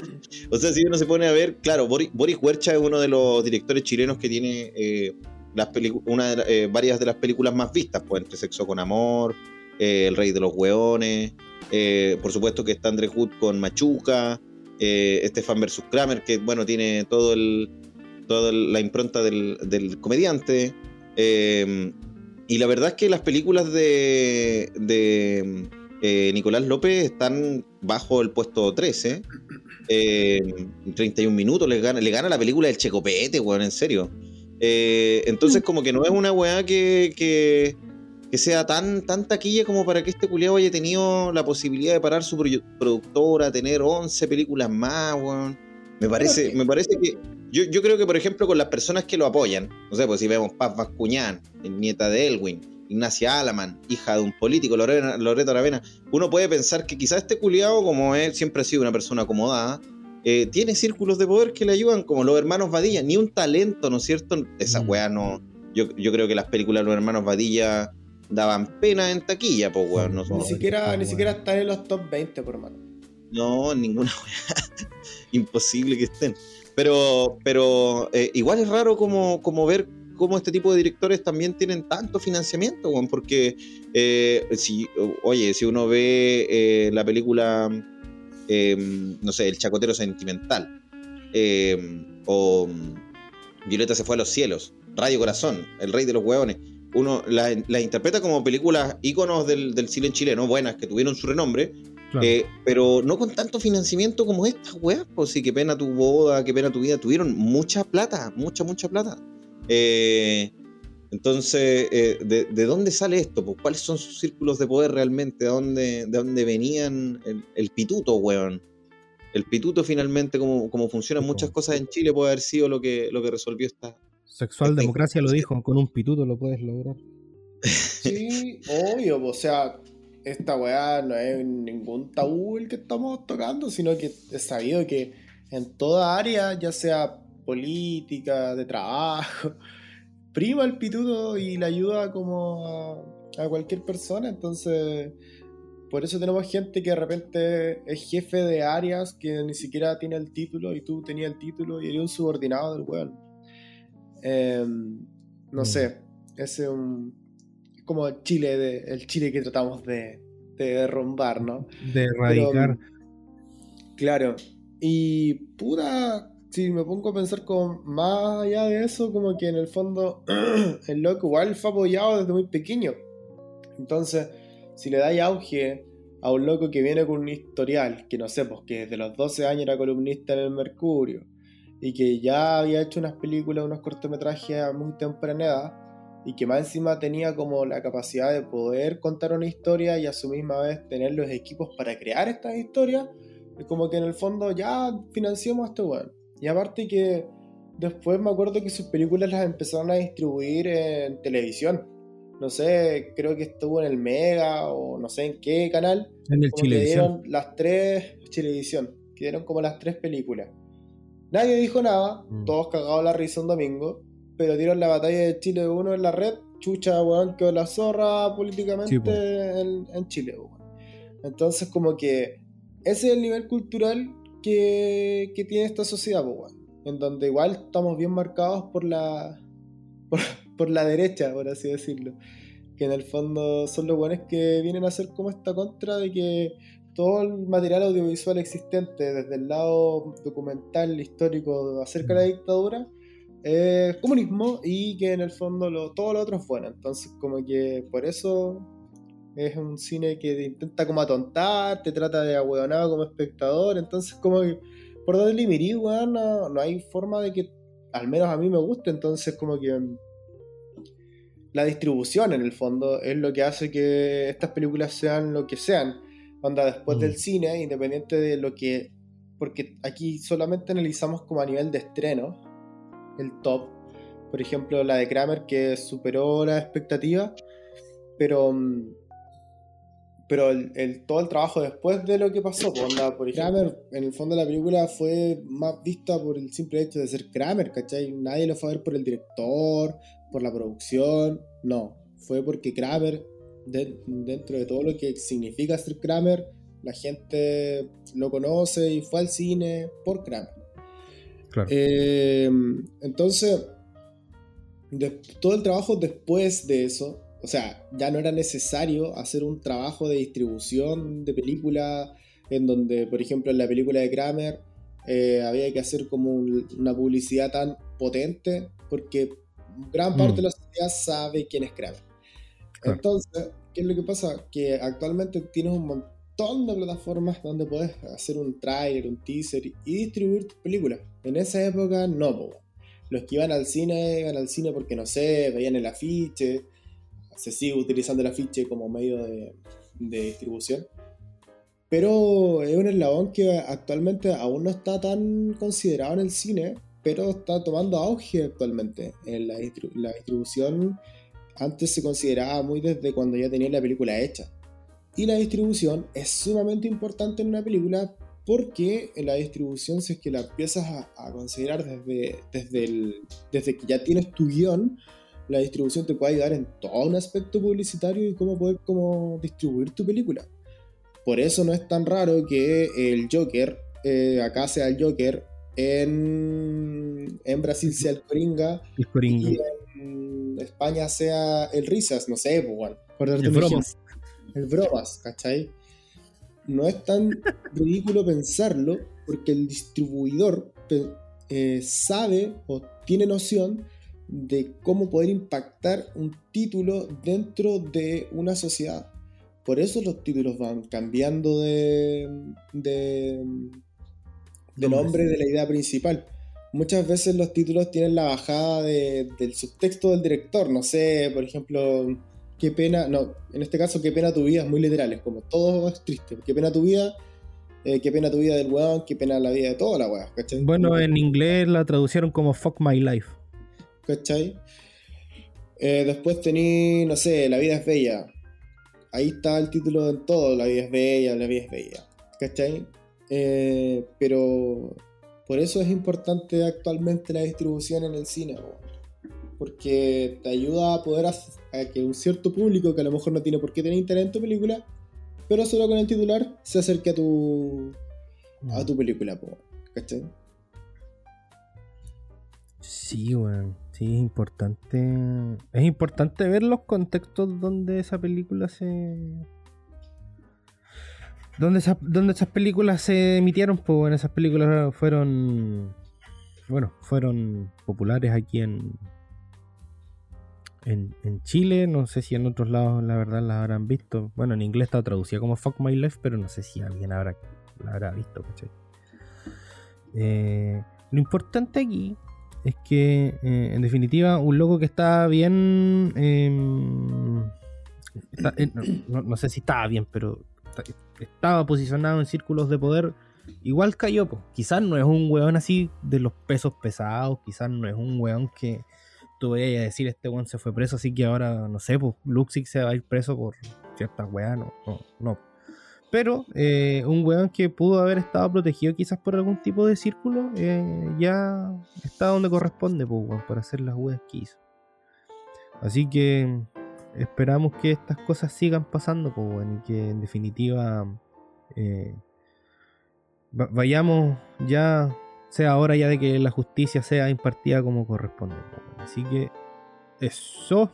O sea, si uno se pone a ver, claro, Boris, Boris Huercha es uno de los directores chilenos que tiene eh, las pelicu- una de, eh, varias de las películas más vistas, pues, Entre Sexo con Amor, eh, El Rey de los Hueones, eh, por supuesto que está André Hood con Machuca, eh, Stefan versus Kramer, que, bueno, tiene todo el, toda la impronta del, del comediante, eh, y la verdad es que las películas de... de Eh, Nicolás López están bajo el puesto trece, eh, treinta y un minutos, le gana, le gana la película del Checopete, weón, en serio. Eh, entonces como que no es una weá que, que, que sea tan, tan taquilla como para que este culiao haya tenido la posibilidad de parar su pro- productora, tener once películas más, weón. Me parece, me parece que yo, yo creo que, por ejemplo, con las personas que lo apoyan, no sé, pues si vemos Paz Bascuñán, nieta de Elwin, Ignacia Alaman, hija de un político, Lorena, Loreto Aravena, uno puede pensar que quizás este culiao, como él siempre ha sido una persona acomodada, eh, tiene círculos de poder que le ayudan, como los hermanos Badilla, ni un talento, ¿no es cierto? Esa Mm. weá no. Yo, yo creo que las películas de los hermanos Badilla daban pena en taquilla, pues weón. No, Ni no, siquiera, Bueno. ni siquiera están en los top veinte, por mano. no, ninguna weá. Imposible que estén. Pero, pero eh, igual es raro como, como ver cómo este tipo de directores también tienen tanto financiamiento, weón, porque eh, si, oye, si uno ve eh, la película, eh, no sé, El Chacotero Sentimental, eh, o Violeta se fue a los cielos, Radio Corazón, El Rey de los Hueones, uno la, la interpreta como películas íconos del, del cine chileno, buenas, que tuvieron su renombre, Claro. eh, pero no con tanto financiamiento como estas weas, pues sí, qué pena tu boda, qué pena tu vida, tuvieron mucha plata, mucha, mucha plata. Eh, entonces, eh, ¿de, ¿de dónde sale esto? Pues, ¿cuáles son sus círculos de poder realmente? ¿De dónde, de dónde venían el, el pituto, weón? El pituto finalmente, como, como funcionan Sí, muchas po. cosas en Chile, puede haber sido lo que, lo que resolvió esta... Sexual esta democracia lo injusticia. dijo, con un pituto lo puedes lograr. Sí, obvio, o sea, esta weá no es ningún tabú el que estamos tocando, sino que es sabido que en toda área, ya sea política, de trabajo, prima el pituto y le ayuda como a, a cualquier persona. Entonces, por eso tenemos gente que de repente es jefe de áreas que ni siquiera tiene el título y tú tenías el título y eres un subordinado del weón. Eh, no Mm. sé, ese es un como el Chile de, el Chile que tratamos de, de derrumbar, ¿no? De erradicar. Pero, claro, y puta, si me pongo a pensar como más allá de eso, como que en el fondo el loco igual fue apoyado desde muy pequeño. Entonces, si le dais auge a un loco que viene con un historial, que no sé, pues que desde los doce años era columnista en el Mercurio, y que ya había hecho unas películas, unos cortometrajes a muy temprana edad, y que más encima tenía como la capacidad de poder contar una historia y a su misma vez tener los equipos para crear estas historias, es como que en el fondo ya financiamos a este weón. Y aparte que después me acuerdo que sus películas las empezaron a distribuir en televisión. No sé, creo que estuvo en el Mega o no sé en qué canal. En el Como que Chilevisión. dieron las tres, Chilevisión, que dieron como las tres películas. Nadie dijo nada, Mm. todos cagados la risa un domingo, pero dieron la batalla de Chile uno en la red, chucha, weón, quedó la zorra políticamente Sí, po. en, en Chile, weón. Entonces como que ese es el nivel cultural que, que tiene esta sociedad, po, weón. En donde igual estamos bien marcados por la por, por la derecha, por así decirlo. Que en el fondo son los buenos que vienen a hacer como esta contra de que todo el material audiovisual existente, desde el lado documental, histórico, acerca de la dictadura, es comunismo y que en el fondo lo, todo lo otro es bueno. Entonces como que por eso es un cine que te intenta como atontar, te trata de ahueonado como espectador. Entonces como que por donde le mirí, weón, no, no hay forma de que al menos a mí me guste. Entonces como que la distribución en el fondo es lo que hace que estas películas sean lo que sean. Onda, después Mm. del cine, independiente de lo que... Porque aquí solamente analizamos como a nivel de estreno el top. Por ejemplo, la de Kramer, que superó la expectativa, pero pero el, el, todo el trabajo después de lo que pasó, pues, onda, por ejemplo, Kramer, en el fondo la película fue más vista por el simple hecho de ser Kramer, ¿cachai? Nadie lo fue a ver por el director, por la producción, no, fue porque Kramer de, dentro de todo lo que significa ser Kramer, la gente lo conoce y fue al cine por Kramer. Claro. Eh, entonces, de, todo el trabajo después de eso, o sea, ya no era necesario hacer un trabajo de distribución de película en donde, por ejemplo, en la película de Kramer eh, había que hacer como un, una publicidad tan potente porque gran parte mm. de la sociedad sabe quién es Kramer. Claro. Entonces, ¿qué es lo que pasa? Que actualmente tienes un montón de plataformas donde puedes hacer un tráiler, un teaser y distribuir tus películas. En esa época no, po. Los que iban al cine iban al cine porque, no sé, veían el afiche, se sigue utilizando el afiche como medio de, de distribución, pero es un eslabón que actualmente aún no está tan considerado en el cine, pero está tomando auge actualmente. En la, distri- la distribución antes se consideraba muy desde cuando ya tenía la película hecha, y la distribución es sumamente importante en una película porque en la distribución, si es que la empiezas a, a considerar desde, desde, el, desde que ya tienes tu guión, la distribución te puede ayudar en todo un aspecto publicitario y cómo poder cómo distribuir tu película. Por eso no es tan raro que el Joker, eh, acá sea el Joker, en, en Brasil sea el Coringa, el Coringa, y en España sea el Risas, no sé, pues, bueno, por darte el un Bromas. ejemplo. El Bromas, ¿cachai? No es tan ridículo pensarlo porque el distribuidor eh, sabe o tiene noción de cómo poder impactar un título dentro de una sociedad. Por eso los títulos van cambiando de, de, de nombre de la idea principal. Muchas veces los títulos tienen la bajada de, del subtexto del director. No sé, por ejemplo, qué pena, no, en este caso, qué pena tu vida, es muy literal, es como todo es triste. Qué pena tu vida, eh, qué pena tu vida del weón, qué pena la vida de toda la weá, ¿cachai? Bueno, en inglés la traducieron como Fuck My Life. ¿Cachai? Eh, después tení, no sé, La vida es bella. Ahí está el título en todo, La vida es bella, La vida es bella. ¿Cachai? Eh, pero por eso es importante actualmente la distribución en el cine, ¿no? Porque te ayuda a poder hacer a que un cierto público que a lo mejor no tiene por qué tener interés en tu película, pero solo con el titular se acerque a tu a tu película, ¿cachai? Sí, bueno, sí, es importante. Es importante ver los contextos donde esa película se. Donde, esa, donde esas películas se emitieron, pues bueno, esas películas fueron. Bueno, fueron populares aquí en. En, en Chile, no sé si en otros lados la verdad las habrán visto. Bueno, en inglés está traducida como Fuck My Life, pero no sé si alguien habrá, la habrá visto, ¿cachai? Eh, lo importante aquí es que, eh, en definitiva, un loco que está bien... Eh, está, eh, no, no sé si estaba bien, pero está, estaba posicionado en círculos de poder, igual cayó, pues. Quizás no es un weón así de los pesos pesados, quizás no es un weón que tú vayas a decir, este weón se fue preso, así que ahora, no sé, pues Luxic se va a ir preso por ciertas weas, no, no, no. Pero eh, un weón que pudo haber estado protegido quizás por algún tipo de círculo, eh, ya está donde corresponde, pues, weón, para hacer las weas que hizo. Así que esperamos que estas cosas sigan pasando, pues, weón, y que en definitiva eh, va- vayamos ya, sea hora ya de que la justicia sea impartida como corresponde, pues, weón. Así que eso.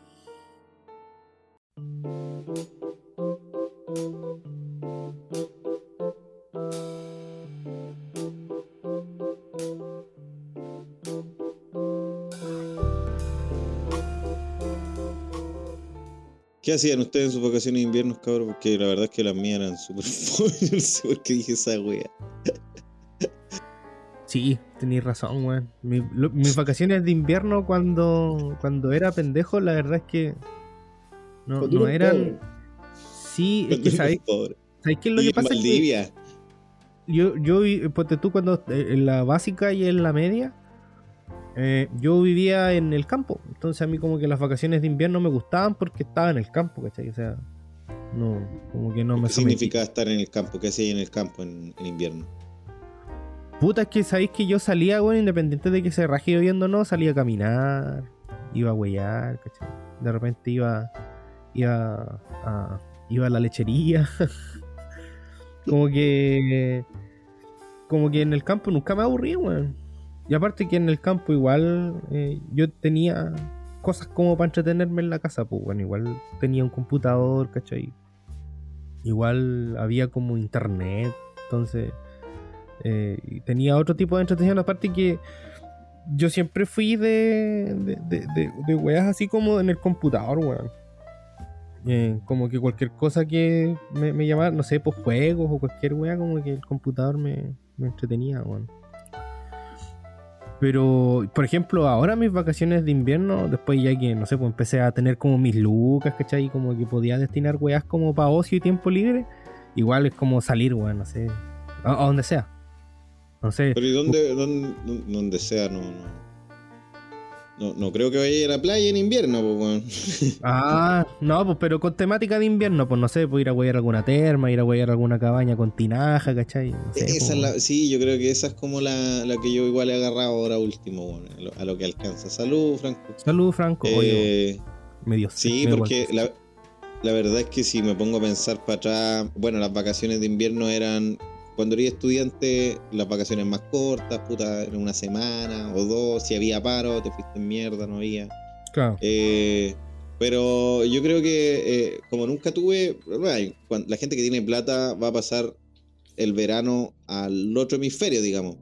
¿Qué hacían ustedes en sus vacaciones de invierno, cabrón? Porque la verdad es que las mías eran súper fome. No sé por qué dije esa wea. Sí, tenéis razón, weón. Mi, lo- mis vacaciones de invierno cuando, cuando era pendejo, la verdad es que no, Cuando no uno es eran... pobre. Sí, es que sabéis, Pobre. ¿sabéis qué es lo Y que en pasa? Es que Valdivia. yo, yo vi- ponte tú cuando eh, en la básica y en la media, eh, yo vivía en el campo. Entonces a mí como que las vacaciones de invierno me gustaban porque estaba en el campo, ¿cachai? O sea, no, como que no me ¿Qué sometí. significa estar en el campo? ¿Qué hacía en el campo en, en invierno? Puta, es que sabéis que yo salía, bueno, independiente de que se raje lloviendo o no, salía a caminar, iba a huellar, ¿cachai? De repente iba, iba a, iba a la lechería. Como que como que en el campo nunca me aburrí, weón. Y aparte que en el campo igual eh, yo tenía cosas como para entretenerme en la casa, pues bueno, igual tenía un computador, ¿cachai? Igual había como internet, entonces eh, y tenía otro tipo de entretención, aparte que yo siempre fui de de, de, de, de weas así como en el computador, weón. Eh, como que cualquier cosa que me, me llamara, no sé, pues juegos o cualquier wea, como que el computador me, me entretenía, weón. Pero, por ejemplo, ahora mis vacaciones de invierno, después ya que, no sé, pues empecé a tener como mis lucas, ¿cachai? Como que podía destinar weas como para ocio y tiempo libre. Igual es como salir, weón, no sé, a, a donde sea. No sé. Pero ¿y dónde, dónde, dónde sea? No, no. No, no creo que vaya a ir a la playa en invierno, pues, weón. Ah, no, pues, pero con temática de invierno, pues no sé, pues ir a huear alguna terma, ir a huear alguna cabaña con tinaja, ¿cachai? No sé, esa pues, es la, sí, yo creo que esa es como la, la que yo igual he agarrado ahora último, bueno, a, lo, a lo que alcanza. Salud, Franco. Salud, Franco. Eh, Oye, medio sí, medio porque igual. la, la verdad es que si me pongo a pensar para atrás, bueno, las vacaciones de invierno eran, cuando eres estudiante, las vacaciones más cortas, puta, era una semana o dos, si había paro, te fuiste en mierda, no había. Claro. Eh, pero yo creo que eh, como nunca tuve, bueno, la gente que tiene plata va a pasar el verano al otro hemisferio, digamos.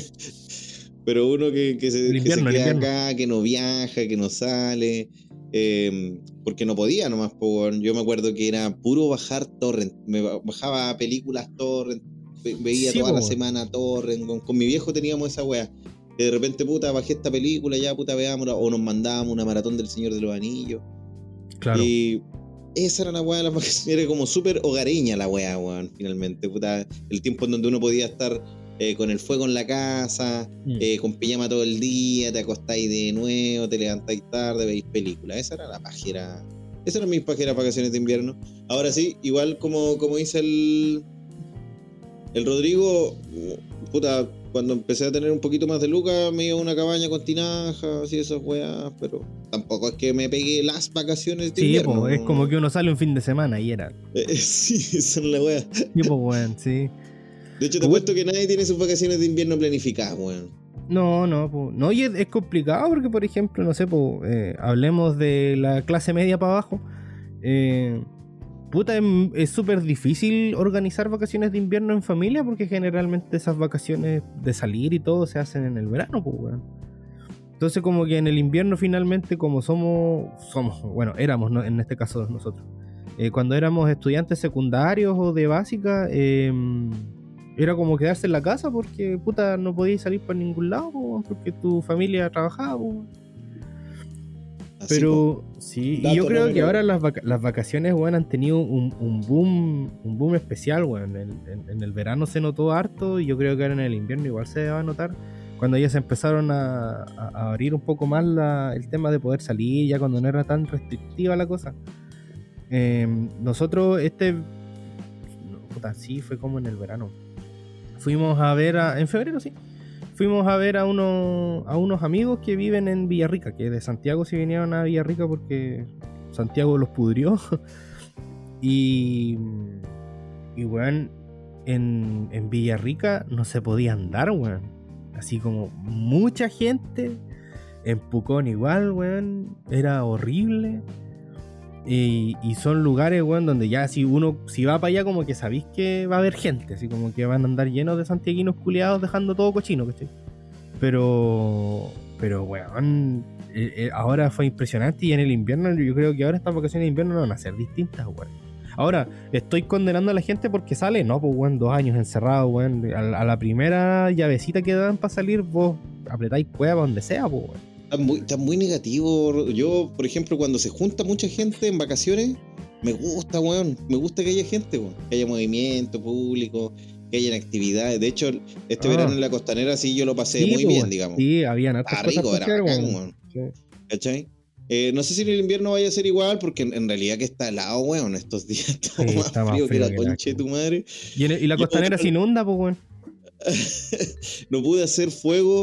Pero uno que, que, se, invierno, que se queda acá, que no viaja, que no sale, eh, porque no podía nomás, po, yo me acuerdo que era puro bajar torrent, me bajaba películas torrent, veía sí, toda po, la semana torrent, con, con mi viejo teníamos esa wea, que de repente, puta, bajé esta película, ya, puta, veámosla, o nos mandábamos una maratón del Señor de los Anillos. Claro. Y esa era la wea de las vacaciones, era como súper hogareña la wea, weón, finalmente, puta, el tiempo en donde uno podía estar Eh, con el fuego en la casa, mm. eh, con pijama todo el día, te acostáis de nuevo, te levantáis tarde, veis películas. Esa era la pajera. Esas eran mis pajeras vacaciones de invierno. Ahora sí, igual como, como dice el, el Rodrigo, puta, cuando empecé a tener un poquito más de lucas, me iba a una cabaña con tinajas y esas weas, pero tampoco es que me pegué las vacaciones de sí, invierno. Po, es como que uno sale un fin de semana y era. Eh, sí, esa es la wea. Sí, pues, weón, sí. De hecho, te cuento que nadie tiene sus vacaciones de invierno planificadas, weón. No, no, pues. No, y es, es complicado porque, por ejemplo, no sé, pues, eh, hablemos de la clase media para abajo. Eh, puta, es súper difícil organizar vacaciones de invierno en familia porque generalmente esas vacaciones de salir y todo se hacen en el verano, pues, weón. Entonces, como que en el invierno, finalmente, como somos, somos, bueno, éramos, ¿no? En este caso nosotros. Eh, cuando éramos estudiantes secundarios o de básica, eh. era como quedarse en la casa porque, puta, no podías salir para ningún lado, po, porque tu familia trabajaba, po. Pero, po. Sí, Dato, y yo creo no, que no. ahora las, vac- las vacaciones, weón, han tenido un, un boom un boom especial, weón. En, en, en el verano se notó harto y yo creo que ahora en el invierno igual se va a notar. Cuando ya se empezaron a, a, a abrir un poco más la, el tema de poder salir, ya cuando no era tan restrictiva la cosa. Eh, nosotros, este... Puta, sí, fue como en el verano. Fuimos a ver a, en febrero sí fuimos a ver a unos a unos amigos que viven en Villarrica, que de Santiago se vinieron a Villarrica porque Santiago los pudrió. y y weón, en, en Villarrica no se podía andar, weón, así como mucha gente. En Pucón igual, weón, era horrible. Y, y son lugares, weón, donde ya si uno si va para allá como que sabéis que va a haber gente, así como que van a andar llenos de santiaguinos culiados dejando todo cochino, ¿cachai? Pero, pero weón, eh, eh, ahora fue impresionante y en el invierno, yo creo que ahora estas vacaciones de invierno no van a ser distintas, weón. Ahora, ¿estoy condenando a la gente porque sale? No, pues weón, dos años encerrado, weón. A, a la primera llavecita que dan para salir, vos apretáis cueva donde sea, pues weón. Está muy, está muy negativo. Yo, por ejemplo, cuando se junta mucha gente en vacaciones, me gusta, weón. Me gusta que haya gente, weón. Que haya movimiento público, que hayan actividades. De hecho, este ah. verano en la Costanera sí yo lo pasé sí, muy pues, bien, digamos. Sí, habían hartas cosas rico, era bacán, weón. Sí. ¿Cachai? Eh, no sé si en el invierno vaya a ser igual, porque en, en realidad que está helado, weón. Estos días está sí, más, está frío más frío que la concha de tu madre. Y, en, y la Costanera yo, se inunda, pues, weón. No pude hacer fuego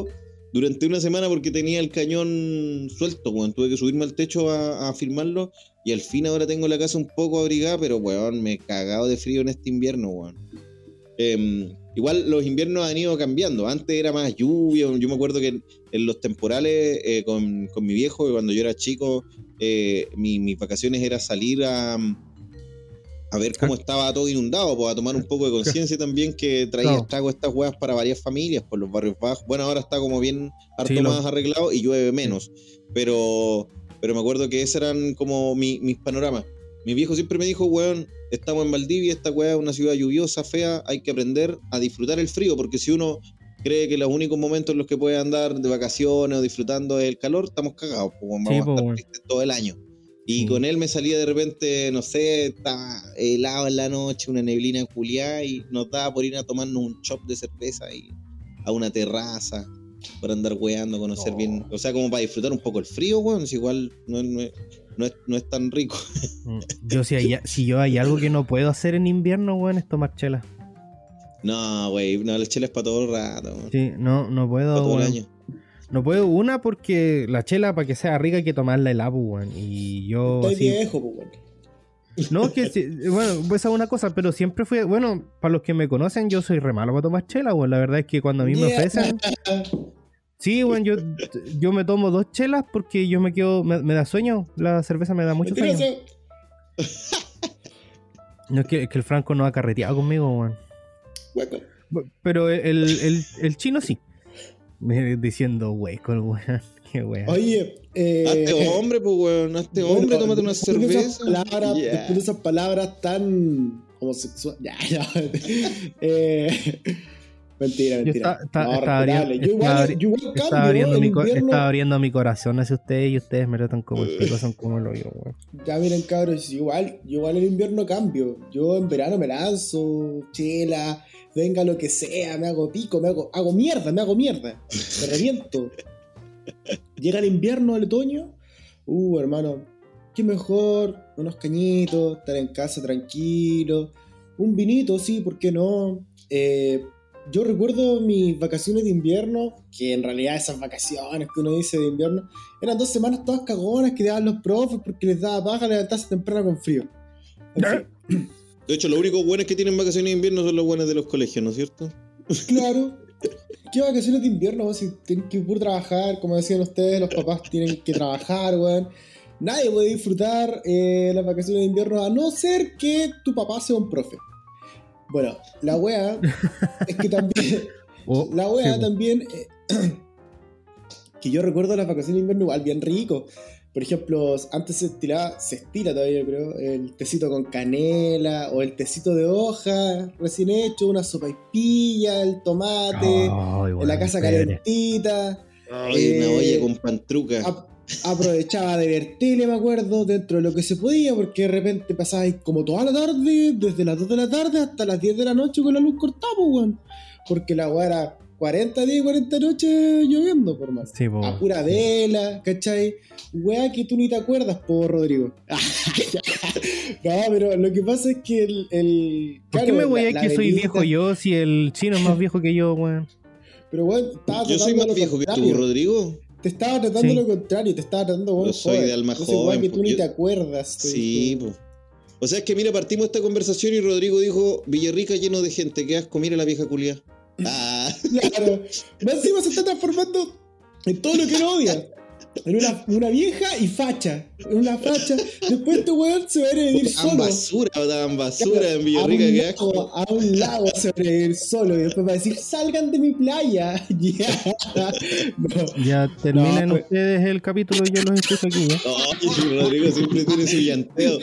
durante una semana porque tenía el cañón suelto, weón. Tuve que subirme al techo a, a filmarlo y al fin ahora tengo la casa un poco abrigada, pero weón, me he cagado de frío en este invierno, weón. Eh, igual los inviernos han ido cambiando. Antes era más lluvia. Yo me acuerdo que en, en los temporales eh, con, con mi viejo, cuando yo era chico, eh, mi, mis vacaciones era salir a... a ver cómo estaba todo inundado, pues a tomar un poco de conciencia también que traía No. estrago estas huevas para varias familias por los barrios bajos. Bueno, ahora está como bien harto Sí, lo- más arreglado y llueve menos, pero, pero me acuerdo que esos eran como mi, mis panoramas. Mi viejo siempre me dijo, weón, estamos en Valdivia, esta hueá es una ciudad lluviosa, fea, hay que aprender a disfrutar el frío, porque si uno cree que los únicos momentos en los que puede andar de vacaciones o disfrutando es el calor, estamos cagados, pues vamos Sí, a estar pues, weón. tristes todo el año. Y Sí. con él me salía de repente, no sé, estaba helado en la noche, una neblina culiada y nos daba por ir a tomarnos un chop de cerveza y a una terraza para andar weando, conocer Oh. bien. O sea, como para disfrutar un poco el frío, weón. Si igual no, es- no, es, no, es, no es tan rico. Mm, Yo si, hay, si yo hay algo que no puedo hacer en invierno, weón, es tomar chela. No, güey, no, la chela es para todo el rato, weón. Sí, no, no puedo, Para todo el weón. año. No puedo, una porque la chela para que sea rica hay que tomarla helada, weón. Y yo Estoy sí, viejo, pues, weón. no, que sí, bueno, pues es una cosa, pero siempre fui, bueno, para los que me conocen, yo soy re malo para tomar chela, weón. La verdad es que cuando a mí me Yeah. ofrecen, sí, weón, yo, yo me tomo dos chelas porque yo me quedo, me, me da sueño, la cerveza me da mucho sueño. Mentiroso. No es que, es que el Franco no ha carreteado conmigo, weón. Hueco. Pero el, el, el chino sí. Me- Diciendo hueco, el weón. Qué weón. Oye, eh, Hazte hombre, pues, weón. Hazte bueno, hombre, tómate una después de esas cerveza. palabras- Yeah. Después de esas palabras tan homosexuales. Ya, ya. eh, mentira, Yo mentira. está- está- No, estaba respetable. abriendo- Yo igual, estaba abri- yo igual Estaba cambio, abriendo, en mi co- invierno. estaba abriendo mi corazón hacia ustedes y ustedes me tratan como el pico, son como el hoyo, weón. Ya miren, cabros, igual, yo igual en invierno cambio. Yo en verano me lanzo, chela, venga lo que sea, me hago pico, me hago, hago mierda, me hago mierda. Me reviento. Llega el invierno, el otoño. Uh, hermano, qué mejor, unos cañitos, estar en casa tranquilo. Un vinito, sí, ¿por qué no? Eh, yo recuerdo mis vacaciones de invierno, que en realidad esas vacaciones que uno dice de invierno, eran dos semanas todas cagonas que daban los profes porque les daba paja levantarse temprano con frío. En fin, De hecho, los únicos buenos que tienen vacaciones de invierno son los buenos de los colegios, ¿no es cierto? claro. ¿Qué vacaciones de invierno? Weón? Si tienen que ir por trabajar, como decían ustedes, los papás tienen que trabajar, weón. Nadie puede disfrutar eh, las vacaciones de invierno a no ser que tu papá sea un profe. Bueno, la wea es que también... Oh, La wea sí, weón. también... eh, que yo recuerdo las vacaciones de invierno igual bien rico. Por ejemplo, antes se estilaba, se estila todavía, yo creo, el tecito con canela o el tecito de hoja recién hecho, una sopaipilla, el tomate, Ay, en la weón, casa chévere. calentita. Ay, una Eh, olla con pantruca. ap- aprovechaba de ver tele, me acuerdo, dentro de lo que se podía, porque de repente pasabais como toda la tarde, desde las dos de la tarde hasta las diez de la noche con la luz cortada, pues, weón. Porque la weá era cuarenta días, cuarenta noches lloviendo, por más. Sí, po. A pura vela, ¿cachai? Weá que tú ni te acuerdas, po, Rodrigo. No, pero lo que pasa es que el... el ¿Por qué claro, me voy la- a la que soy velita- viejo yo si el chino es más viejo que yo, weón? Pero weón, estaba Yo soy tratando más lo viejo que tú, contrario. Rodrigo. Te estaba tratando Sí. lo contrario, te estaba tratando weón, Yo soy joven. de alma Entonces, weón, joven, que tú pues, ni yo- te acuerdas. Sí, ¿viste? pues. O sea, es que mira, partimos esta conversación y Rodrigo dijo, Villarrica lleno de gente, qué asco, mira la vieja culia. Ah, Claro. Más encima se está transformando en todo lo que no odia. En una, una vieja y facha. En una facha. Después este weón se va a ir a vivir botaban solo. basura, botaban basura Claro, en Villarrica, a un qué asco. lago, a un lago se va a ir a vivir solo. Y después va a decir, salgan de mi playa. Ya. No. Ya terminen No, ustedes el capítulo, yo los escucho aquí, ¿eh? Ay, Rodrigo siempre tiene su llanteo.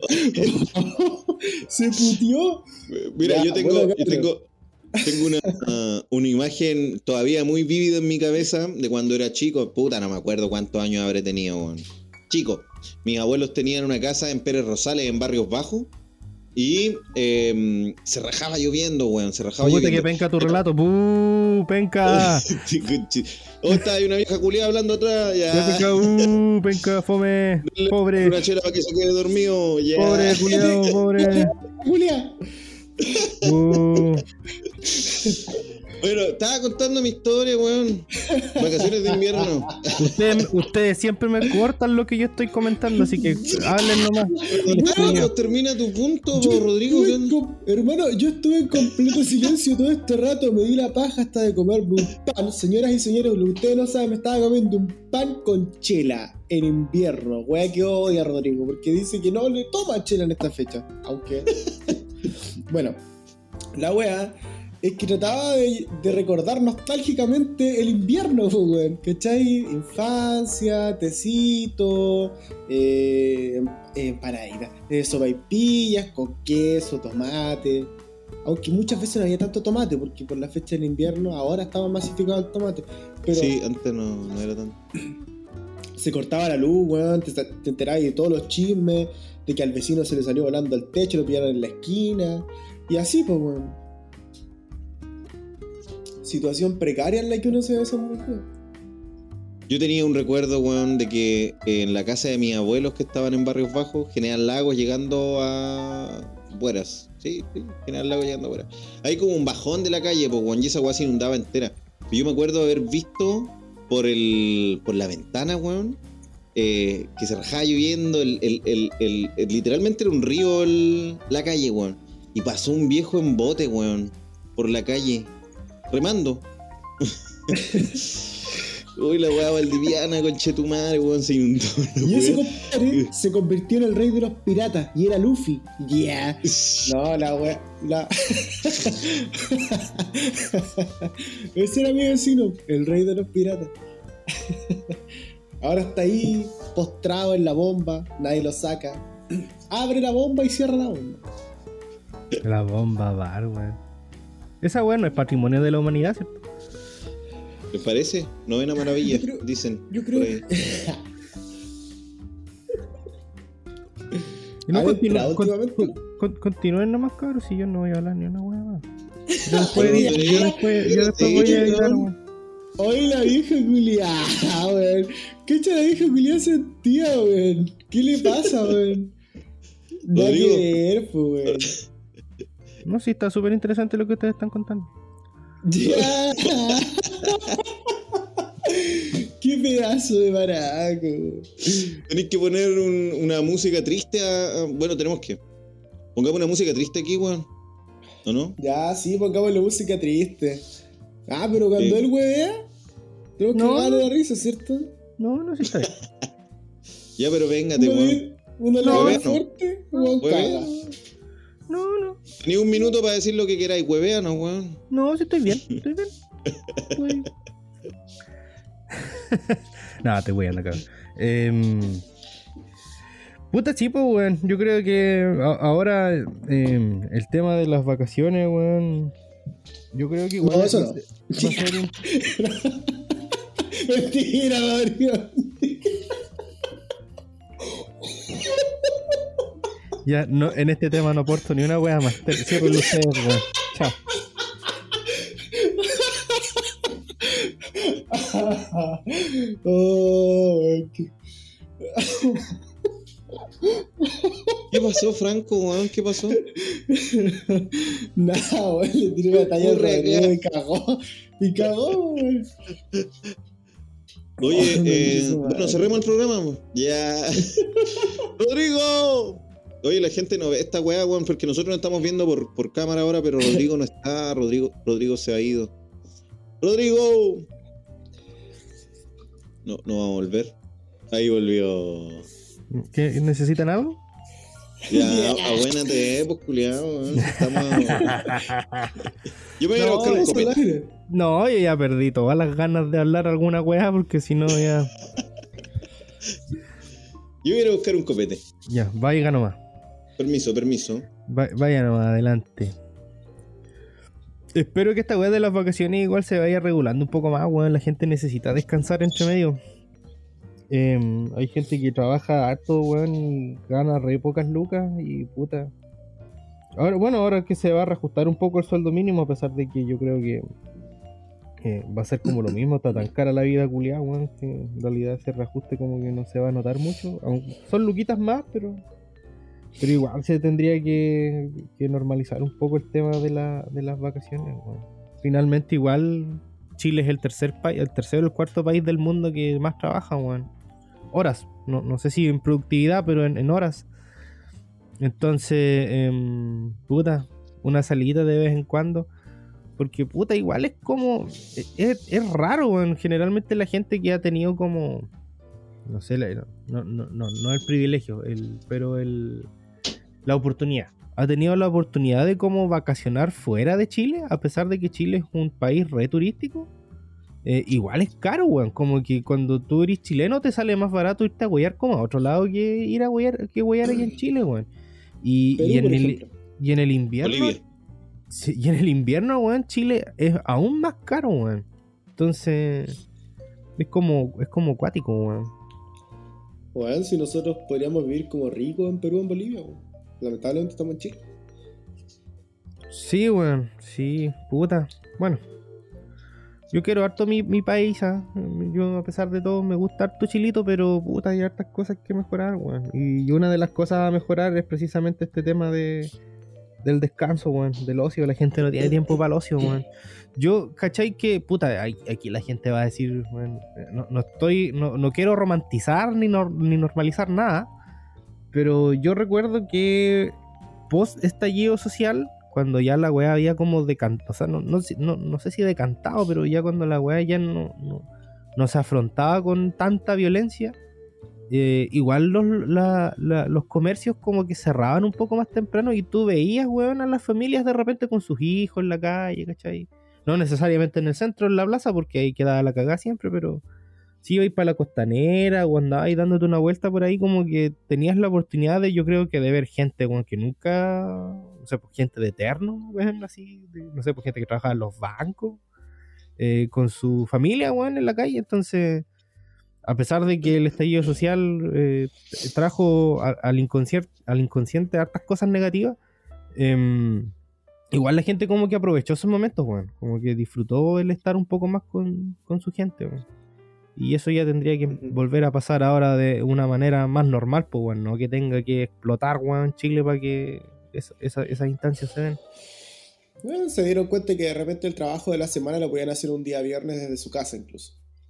Se puteó. Mira, Ya, yo tengo, bueno, yo tengo, tengo una, uh, una imagen todavía muy vívida en mi cabeza de cuando era chico. Puta, no me acuerdo cuántos años habré tenido, weón. Chico, mis abuelos tenían una casa en Pérez Rosales, en Barrios Bajos, y eh, se rajaba lloviendo, weón, se rajaba Puta que lloviendo. penca tu relato, ¡buh! ¡Penca! Oh, está ahí una vieja culiada hablando atrás, Ya ya. penca, ¡uh! ¡Penca, fome! ¡Pobre! Una chela para que se quede dormido, ya. ¡Pobre, culiao, pobre! Julia. ¡Uh! Bueno, estaba contando mi historia, weón. Vacaciones de invierno. Ustedes, ustedes siempre me cortan lo que yo estoy comentando, así que hablen nomás. No, termina tu punto, Yo Rodrigo. estuve en com- hermano, yo estuve en completo silencio todo este rato. Me di la paja hasta de comerme un pan. Señoras y señores, lo que ustedes no saben, me estaba comiendo un pan con chela en invierno. Wea que odia a Rodrigo, porque dice que no le toma chela en esta fecha. Aunque... bueno, la wea es que trataba de, de recordar nostálgicamente el invierno, pues, weón. ¿Cachai? Infancia, tecito, eh, empanaditas, eh, sopaipillas con queso, tomate. Aunque muchas veces no había tanto tomate, porque por la fecha del invierno ahora estaba masificado el tomate. Pero Sí, antes no, no era tanto. se cortaba la luz, weón, te, te enterabas de todos los chismes, de que al vecino se le salió volando al techo, lo pillaron en la esquina, y así, pues, weón. Situación precaria en la que uno se desenvolvió. Yo tenía un recuerdo, weón, de que en la casa de mis abuelos que estaban en Barrios Bajos, General Lagos llegando a Bueras. Sí, sí, General Lagos llegando a Bueras. Hay como un bajón de la calle, pues, weón, y esa weá se inundaba entera. Yo me acuerdo haber visto por el por la ventana, weón, eh, que se rajaba lloviendo, el, el, el, el, el- literalmente era un río el- la calle, weón. Y pasó un viejo en bote, weón, por la calle, remando. Uy, la weá valdiviana, conchetumare, weón, se inundó. la Y ese weá. compadre se convirtió en el rey de los piratas, y era Luffy. Yeah. No, la wea. La... Ese era mi vecino, el rey de los piratas. Ahora está ahí, postrado en la bomba, nadie lo saca. Abre la bomba y cierra la bomba. La bomba bar, weón. Esa weón no es patrimonio de la humanidad, ¿cierto? ¿Les parece? Novena maravilla, Yo creo- dicen. Yo creo por ahí. Y no ¿Ha continúen, entrado con- últimamente? con- con- continúen nomás, cabros, si yo no voy a hablar ni una weá más. Yo después, Pero yo no yo después, yo después voy a editar, weón. Hoy la vieja culiada, weón. ¿Qué echa la vieja culiada sentía, weón? ¿Qué le pasa, weón? Nada Rodrigo. que ver, pues, weón. No, sí, está súper interesante lo que ustedes están contando. Ya. Qué pedazo de maraco. Tenéis que poner un- una música triste a, a- bueno, tenemos que. Pongamos una música triste aquí, weón. ¿O no? Ya, sí, pongamos la música triste. Ah, pero cuando Sí. él huevea, tenemos que No. darle la risa, ¿cierto? No, no, sí está bien. Ya, pero véngate, Una, weón. le- una No, leve no. fuerte, weón, Huevea. caga. No, no, Tenéis un minuto para decir lo que queráis, hueveanos, weón. no, sí estoy bien, estoy bien. Estoy... Nada, te voy a la cara. Eh, puta, sí, pues, weón. Yo creo que a- ahora eh, el tema de las vacaciones, weón. Yo creo que igual No, eso va- no. va a ser un- Mentira, Mario. Ya, no, en este tema no aporto ni una wea más. Te- Cierro el ustedes, weón. Chao. Oh, weón, qué- ¿Qué pasó, Franco, weón? ¿Qué pasó? Nada, weón, le tiré una talla al Ocurre Rodrigo que- y cagó. Y cagó, weón. Oye, Oh, no, eh, eso, bueno, madre. cerremos el programa, weón. Ya. ¡Rodrigo! Oye, la gente no ve esta weá, weón, porque nosotros nos estamos viendo por, por cámara ahora, pero Rodrigo no está. Rodrigo, Rodrigo se ha ido. ¡Rodrigo! No, no va a volver. Ahí volvió. ¿Qué, ¿Necesitan algo? Ya, abuénate, pues, culiao, weón. Estamos. Yo me voy a ir a No, buscar un Eso, copete. aire. No, yo ya perdí todas las ganas de hablar alguna wea porque si no ya. Yo voy a ir a buscar un copete. Ya, vaya nomás. Permiso, permiso. Va- Vaya nomás, adelante. Espero que esta weá de las vacaciones igual se vaya regulando un poco más, weón. La gente necesita descansar entre medio. Em, hay gente que trabaja harto, weón, y gana re pocas lucas y puta. Ahora, bueno, ahora que se va a reajustar un poco el sueldo mínimo, a pesar de que yo creo que eh, va a ser como lo mismo, está tan cara la vida culiada, weón, que en realidad ese reajuste como que no se va a notar mucho. Aunque son luquitas más, pero pero igual se tendría que, que normalizar un poco el tema de, la, de las vacaciones, weón. finalmente igual Chile es el tercer país, el tercero o el cuarto país del mundo que más trabaja, weón. Horas, no, no sé si en productividad, pero en, en horas. Entonces, eh, puta, una salida de vez en cuando. Porque, puta, igual es como... Es, es raro, weón. Generalmente la gente que ha tenido como... No sé, no, no, no, no, no el privilegio, el, pero el, la oportunidad. Ha tenido la oportunidad de como vacacionar fuera de Chile, a pesar de que Chile es un país re turístico. Eh, igual es caro, weón. Como que cuando tú eres chileno te sale más barato irte a huear como a otro lado que ir a huear, que huear aquí en Chile, weón. Y, Perú, y, en por el, ejemplo. y en el invierno... Bolivia. Sí, y en el invierno, weón, Chile es aún más caro, weón. Entonces... Es como, es como cuático, weón. Bueno, si nosotros podríamos vivir como ricos en Perú o en Bolivia, weón. Lamentablemente estamos en Chile. Sí, weón, sí, puta. Bueno, yo quiero harto mi, mi país, ¿ah? Yo a pesar de todo me gusta harto Chilito, pero puta, hay hartas cosas que mejorar, weón. Y una de las cosas a mejorar es precisamente este tema de del descanso, weón, del ocio. La gente no tiene tiempo para el ocio, weón. Yo, ¿cachai? Que, puta, aquí la gente va a decir, weón, no, no estoy, no, no quiero romantizar ni, no, ni normalizar nada, pero yo recuerdo que post estallido social, cuando ya la weá había como decantado, o sea, no, no, no, no sé si decantado, pero ya cuando la weá ya no, no, no se afrontaba con tanta violencia, eh, igual los, la, la, los comercios como que cerraban un poco más temprano y tú veías, weón, a las familias de repente con sus hijos en la calle, ¿cachai? No necesariamente en el centro, en la plaza, porque ahí quedaba la cagada siempre, pero si ibais para la costanera o andabais dándote una vuelta por ahí, como que tenías la oportunidad de, yo creo que de ver gente, weón, que nunca, no sé, pues gente de eterno, weón, así, de, no sé, pues gente que trabaja en los bancos, eh, con su familia, weón, en la calle. Entonces, a pesar de que el estallido social eh, trajo a, al, inconsciente, al inconsciente hartas cosas negativas, eh, igual la gente como que aprovechó esos momentos, weón, como que disfrutó el estar un poco más con, con su gente, weón. Y eso ya tendría que volver a pasar ahora de una manera más normal, pues, weón, no que tenga que explotar, weón, Chile para que esa, esa, esas instancias se den. Bueno, se dieron cuenta que de repente el trabajo de la semana lo podían hacer un día viernes desde su casa incluso.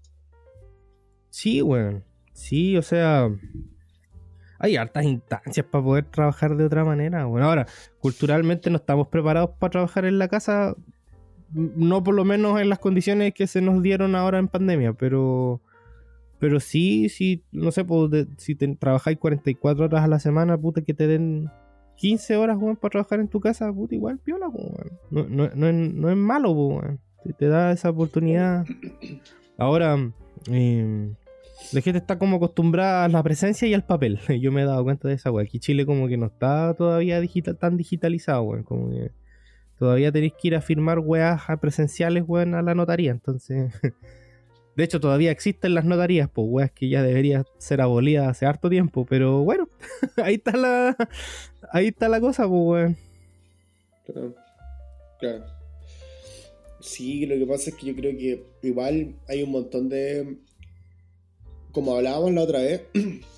Sí, weón. Sí, o sea, hay hartas instancias para poder trabajar de otra manera. Bueno, ahora, culturalmente no estamos preparados para trabajar en la casa, no por lo menos en las condiciones que se nos dieron ahora en pandemia, pero pero sí, sí, no sé, pues, de, si te, trabajáis cuarenta y cuatro horas a la semana, puta, que te den quince horas, weón, para trabajar en tu casa, puta, igual piola, weón. No, no, no, es, no es malo, weón. Te, te da esa oportunidad. Ahora, eh, la gente está como acostumbrada a la presencia y al papel. Yo me he dado cuenta de esa, weón. Aquí Chile como que no está todavía digital, tan digitalizado, weón. Como que todavía tenéis que ir a firmar weas presenciales, weón, a la notaría. Entonces, de hecho, todavía existen las notarías, pues, weas que ya deberían ser abolidas hace harto tiempo. Pero bueno, ahí está la ahí está la cosa, pues, weón. Claro. Claro. Sí, lo que pasa es que yo creo que igual hay un montón de... Como hablábamos la otra vez,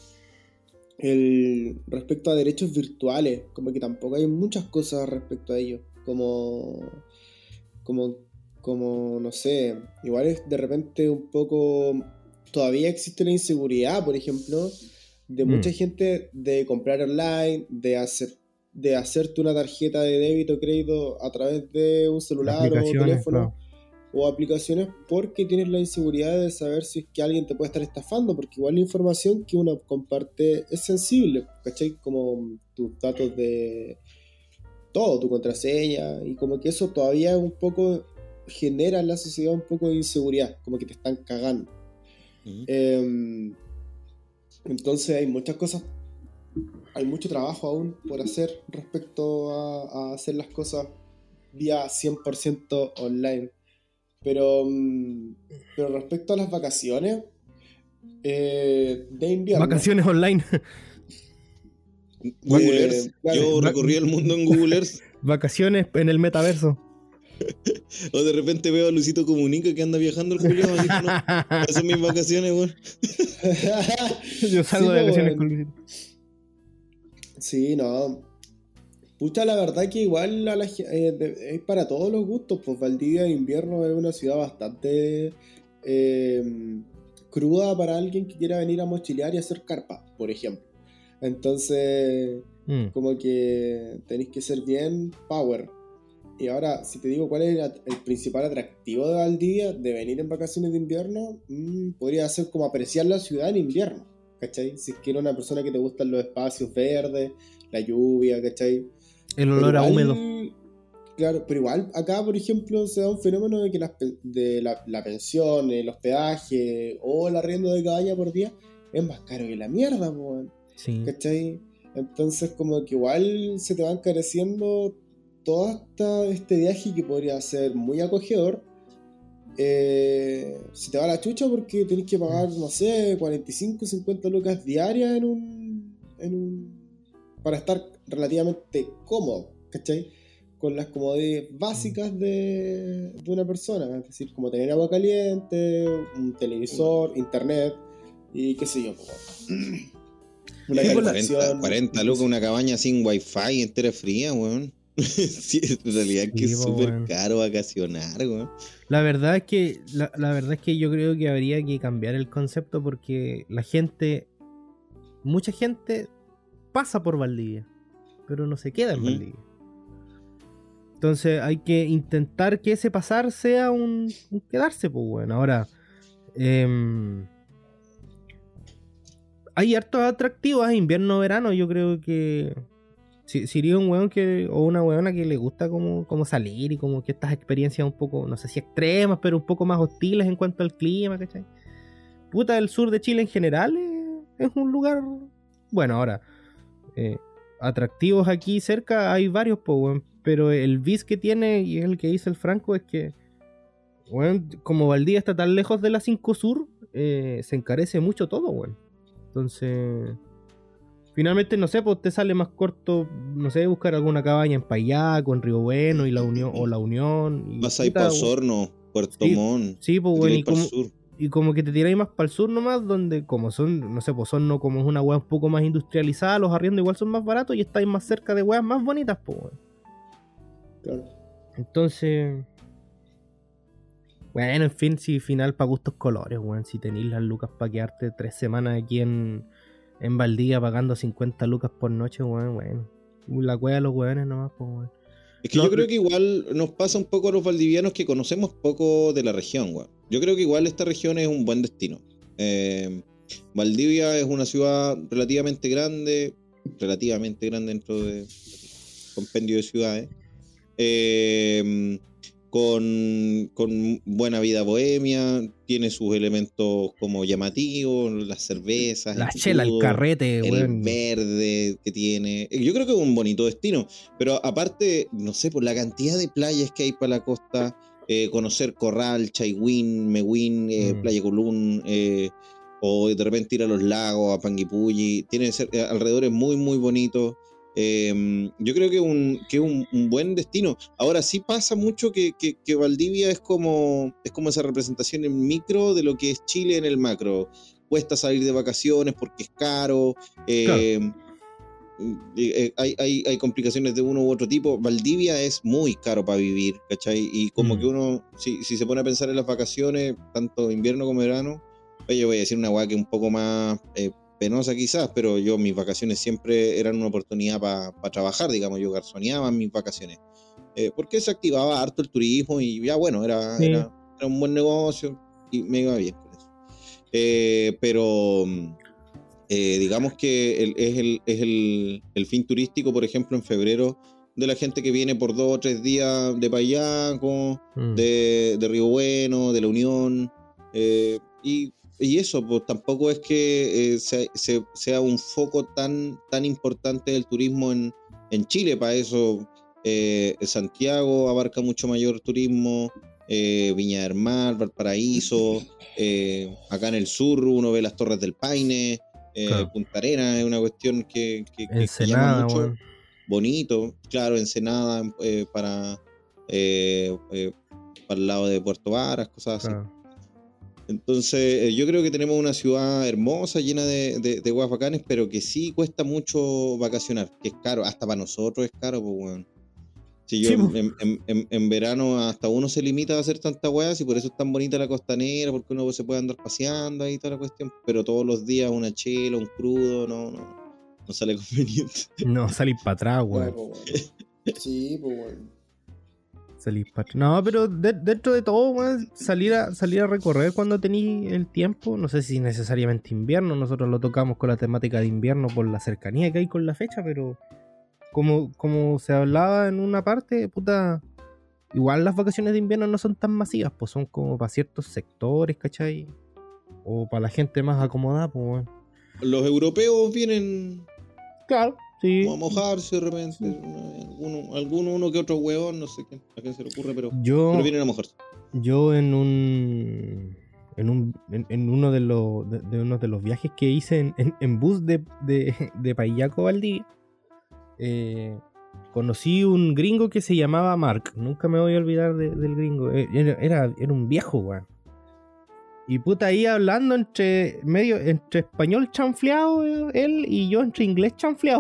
el respecto a derechos virtuales, como que tampoco hay muchas cosas respecto a ello. Como, como, como, no sé, igual es de repente un poco, todavía existe la inseguridad, por ejemplo, de Mm. mucha gente de comprar online, de hacer, de hacerte una tarjeta de débito o crédito a través de un celular o Aplicaciones, teléfono claro. o aplicaciones, porque tienes la inseguridad de saber si es que alguien te puede estar estafando, porque igual la información que uno comparte es sensible, ¿cachai? Como tus datos de todo, tu contraseña, y como que eso todavía un poco genera en la sociedad un poco de inseguridad, como que te están cagando. Ujú. Eh, entonces hay muchas cosas, hay mucho trabajo aún por hacer respecto a, a hacer las cosas vía cien por ciento online. Pero, mm, pero respecto a las vacaciones eh, de invierno... Vacaciones online. Google Eh, Earth. claro. Yo recorrí el mundo en Google Earth. Vacaciones en el metaverso. O de repente veo a Luisito Comunica que anda viajando el culiao. Así que no, esas son mis vacaciones, weón. Yo salgo Sí, de vacaciones bueno. con Luisito. Sí, no. Pucha, la verdad que igual a la ge- eh, de- es para todos los gustos, pues Valdivia en invierno es una ciudad bastante eh, cruda para alguien que quiera venir a mochilear y hacer carpa, por ejemplo. Entonces, Mm. como que tenéis que ser bien power. Y ahora, si te digo cuál es el, at- el principal atractivo de Valdivia, de venir en vacaciones de invierno, mm, podría ser como apreciar la ciudad en invierno, ¿cachai? Si es que eres una persona que te gustan los espacios verdes, la lluvia, ¿cachai? El Pero olor a igual, húmedo. claro, pero igual acá, por ejemplo, se da un fenómeno de que las pe- de la, la pensión, el hospedaje o el arriendo de cabaña por día es más caro que la mierda, po, weón, Sí. ¿cachai? Entonces como que igual se te va encareciendo todo esta- este viaje que podría ser muy acogedor. Eh, se te va la chucha porque tenés que pagar, no sé, cuarenta y cinco, cincuenta lucas diarias en un, en un para estar relativamente cómodo, ¿cachai? Con las comodidades básicas de, de una persona, es decir, como tener agua caliente, un televisor, internet y qué sé yo, como una Sí, pues la- calefacción. cuarenta, cuarenta lucas una cabaña sin wifi entera fría, weón. Sí, en realidad es que Sí, es po, súper weón. caro vacacionar, weón. La verdad es que la, la verdad es que yo creo que habría que cambiar el concepto porque la gente, mucha gente pasa por Valdivia, pero no se queda en Ujú. Valdivia. Entonces hay que intentar que ese pasar sea un, un quedarse, pues bueno. Ahora, em, hay hartos atractivos, invierno, verano. Yo creo que si, si eres un weón que, o una weona que le gusta como, como salir y como que estas experiencias un poco, no sé si extremas, pero un poco más hostiles en cuanto al clima, ¿cachai? Puta, el sur de Chile en general es, es un lugar bueno. Ahora, eh, atractivos aquí cerca hay varios, po, weón, pero el bis que tiene, y es el que dice el Franco, es que, weón, como Valdivia está tan lejos de la cinco Sur, eh, se encarece mucho todo, weón. Entonces, finalmente, no sé, pues te sale más corto, no sé, buscar alguna cabaña en Payaco, en Río Bueno, y la Unión, o la Unión. Y, Vas ahí puta, para weón, Osorno, Puerto sí, Montt, sí, pues, te weón, tiráis y para el como, sur. y como que te tiráis más para el sur nomás, donde como son, no sé, pues son no, como es una weá un poco más industrializada, los arriendos igual son más baratos y estáis más cerca de weas más bonitas, pues, weón. Claro. Entonces, bueno, en fin, si final para gustos colores, weón. Si tenéis las lucas para quedarte tres semanas aquí en, en Valdivia pagando cincuenta lucas por noche, weón, bueno. La cueva de los weones nomás, pues, weón. Es que No, yo creo que igual nos pasa un poco a los valdivianos que conocemos poco de la región, weón. Yo creo que igual esta región es un buen destino. Eh, Valdivia es una ciudad relativamente grande, relativamente grande dentro de compendio de ciudades, eh, con, con buena vida bohemia, tiene sus elementos como llamativos, las cervezas, la el chela, el picudo, carrete, el weón. verde que tiene. Yo creo que es un bonito destino, pero aparte, no sé, por la cantidad de playas que hay para la costa, eh, conocer Corral, Chaiwin, Mehuín, eh, Mm. Playa Colún, eh, o de repente ir a los lagos, a Panguipulli, tiene ser, eh, alrededores muy, muy bonitos. Eh, yo creo que, un, que es un, un buen destino. Ahora sí pasa mucho que, que, que Valdivia es como, es como esa representación en micro de lo que es Chile en el macro. Cuesta salir de vacaciones porque es caro. Eh, Claro. eh, hay, hay, hay complicaciones de uno u otro tipo. Valdivia es muy caro para vivir, ¿cachai? Y como Mm. que uno, si, si se pone a pensar en las vacaciones, tanto invierno como verano, oye, voy a decir una hueá que es un poco más eh, penosa quizás, pero yo mis vacaciones siempre eran una oportunidad para pa trabajar, digamos, yo garzoneaba en mis vacaciones. Eh, porque se activaba harto el turismo y ya bueno, era, Sí. era, era un buen negocio y me iba bien con eso. Eh, pero... Eh, digamos que el, es, el, es el, el fin turístico, por ejemplo, en febrero, de la gente que viene por dos o tres días de Payaco, Mm. de, de Río Bueno, de La Unión, eh, y, y eso, pues tampoco es que eh, se, se, sea un foco tan, tan importante del turismo en, en Chile. Para eso eh, Santiago abarca mucho mayor turismo, eh, Viña del Mar, Valparaíso, eh, acá en el sur uno ve las Torres del Paine. Eh, Claro. Punta Arenas es una cuestión que, que, que, que llama Ensenada, mucho, weón. bonito, claro, Ensenada eh, para, eh, eh, para el lado de Puerto Varas, cosas así. Claro. Entonces, eh, yo creo que tenemos una ciudad hermosa, llena de, de, de huevas bacanes, pero que sí cuesta mucho vacacionar, que es caro, hasta para nosotros es caro, pues, weón. Si yo Sí, en, po. en, en, en- en verano hasta uno se limita a hacer tantas weas y por eso es tan bonita la costanera, porque uno se puede andar paseando ahí toda la cuestión, pero todos los días una chela, un crudo, no, no, no sale conveniente. No, salir para atrás, No, weón. pues, weón. Sí, pues, weón. Salir para atrás. No, pero de- dentro de todo, weón, salir a, salir a recorrer cuando tenéis el tiempo, no sé si necesariamente invierno, nosotros lo tocamos con la temática de invierno por la cercanía que hay con la fecha, pero como, como se hablaba en una parte, puta, igual las vacaciones de invierno no son tan masivas, pues son como para ciertos sectores, ¿cachai? O para la gente más acomodada, pues, weón. Los europeos vienen Claro, sí. como a mojarse de repente, alguno, alguno uno que otro huevón, no sé quién, a quién se le ocurre, pero, Yo, pero vienen a mojarse. yo en un en un en, en uno de los de, de uno de los viajes que hice en, en, en bus de, de, de Payaco a Valdivia, eh, conocí un gringo que se llamaba Mark. Nunca me voy a olvidar de- del gringo. Eh, Era, era, era un viejo, weón. Y puta, ahí hablando entre medio entre español chanfleado, eh, él, y yo entre inglés chanfleado.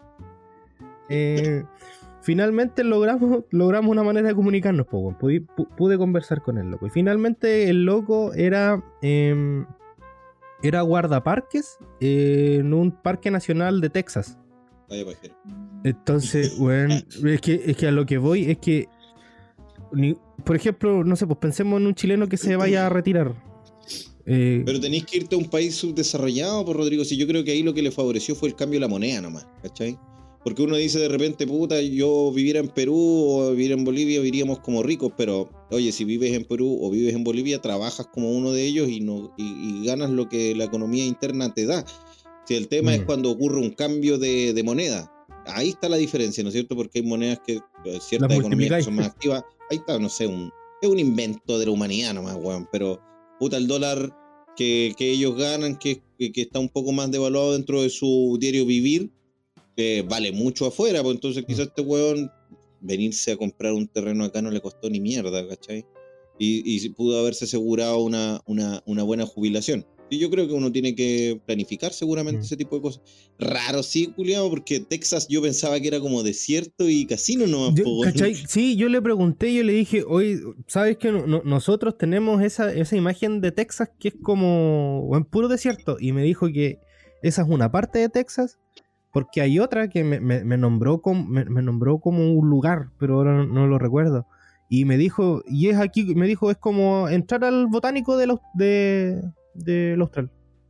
Eh, finalmente logramos, logramos una manera de comunicarnos, po, weón. Pude, pu- pude conversar con el loco. Y finalmente el loco era em, era guardaparques eh, en un parque nacional de Texas. Vaya pajero. Entonces, weón, es que, es que a lo que voy es que, ni- por ejemplo, no sé, pues pensemos en un chileno que se vaya a retirar. Eh, Pero tenéis que irte a un país subdesarrollado, por Rodrigo. Si yo creo que ahí lo que le favoreció fue el cambio de la moneda nomás, ¿cachai? Porque uno dice de repente, puta, yo viviera en Perú o viviera en Bolivia, viviríamos como ricos, pero oye, si vives en Perú o vives en Bolivia, trabajas como uno de ellos y, no, y, y ganas lo que la economía interna te da. Si el tema Mm. es cuando ocurre un cambio de, de moneda, ahí está la diferencia, ¿no es cierto? Porque hay monedas que, eh, ciertas Las economías que multiplicáis. son más activas, ahí está, no sé, un, es un invento de la humanidad nomás, weón, pero puta, el dólar que, que ellos ganan, que, que, que está un poco más devaluado dentro de su diario vivir, eh, vale mucho afuera, pues entonces quizás este weón venirse a comprar un terreno acá no le costó ni mierda, ¿cachai? Y, y pudo haberse asegurado una, una, una buena jubilación. Y yo creo que uno tiene que planificar seguramente Mm. ese tipo de cosas. Raro, sí, culiado, porque Texas yo pensaba que era como desierto y casino nomás, Yo, po, weón. ¿cachai? Sí, yo le pregunté, yo le dije, oye, ¿sabes que no- no- nosotros tenemos esa, esa imagen de Texas que es como en puro desierto? Y me dijo que esa es una parte de Texas, porque hay otra que me, me- me nombró como, me, me nombró como un lugar, pero ahora no, no lo recuerdo. Y me dijo, y es aquí, me dijo, es como entrar al botánico del, Aus- de, del Austral.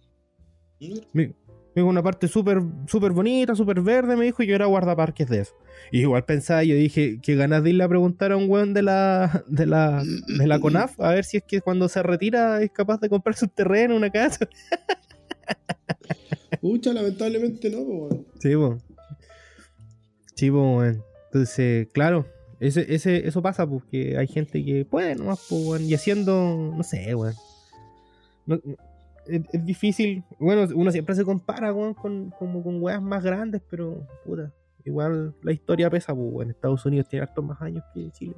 Me me dijo una parte súper súper bonita, súper verde, me dijo, y yo era guardaparques de eso. Y igual pensaba, yo dije, que ganas de irle a preguntar a un weón de la, de la, de la CONAF, a ver si es que cuando se retira es capaz de comprarse un terreno, una casa. Pucha, lamentablemente no, pues, weón. Sí, po. Sí, po, weón. Entonces, claro, ese, ese, eso pasa, porque hay gente que puede nomás, po, weón, y haciendo, no sé, weón. No- no- es, es difícil, bueno, uno siempre se compara, weón, con, como con weas más grandes, pero, puta, igual la historia pesa, pues, weón. Estados Unidos tiene hartos más años que Chile.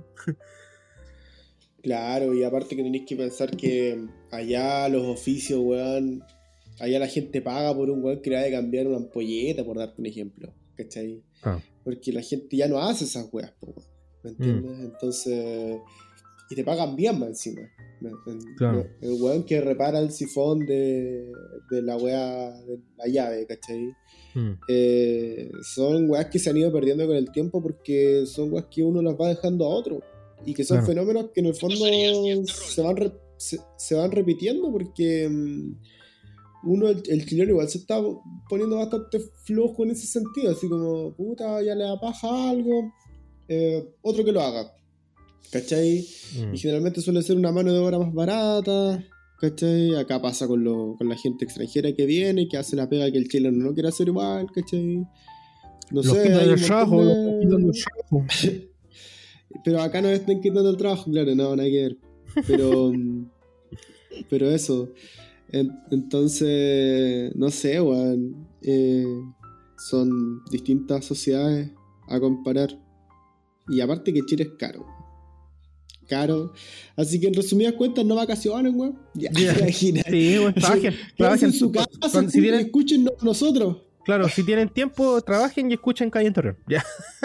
Claro, y aparte que tenéis que pensar que allá los oficios, weón, allá la gente paga por un weón que le va a cambiar una ampolleta, por darte un ejemplo, ¿cachai? Ah. Porque la gente ya no hace esas weas, po, weón, ¿me entiendes? Entonces, y te pagan bien más encima. ¿me entiendes? Claro. El weón que repara el sifón de, de la wea, de la llave, ¿cachai? Mm. Eh, son weas que se han ido perdiendo con el tiempo porque son weas que uno las va dejando a otro y que son Claro. fenómenos que en el fondo se van, re- se, se van repitiendo porque mm, uno, el, el chileno igual se está poniendo bastante flojo en ese sentido, así como, puta, ya le da paja algo, eh, otro que lo haga, ¿cachai? Mm. Y generalmente suele ser una mano de obra más barata, ¿cachai? Acá pasa con, lo, con la gente extranjera que viene, que hace la pega que el chileno no quiere hacer igual, ¿cachai? No Los sé, quitan hay el un montón trabajo, de- los quitan el trabajo. Pero acá no están quitando el trabajo, claro, no, nada que ver. Pero, mm, pero eso. En- entonces, no sé, weón. eh, son distintas sociedades a comparar. Y aparte que Chile es caro. caro. Así que en resumidas cuentas, no vacaciones, weón. Ya, Yeah. imagínate. Sí, weón, trabajen. Quédense trabajen en su casa, Cuando- si tienen, escuchen nosotros. claro, si tienen tiempo, trabajen y escuchen Calle en Torreón. Ya.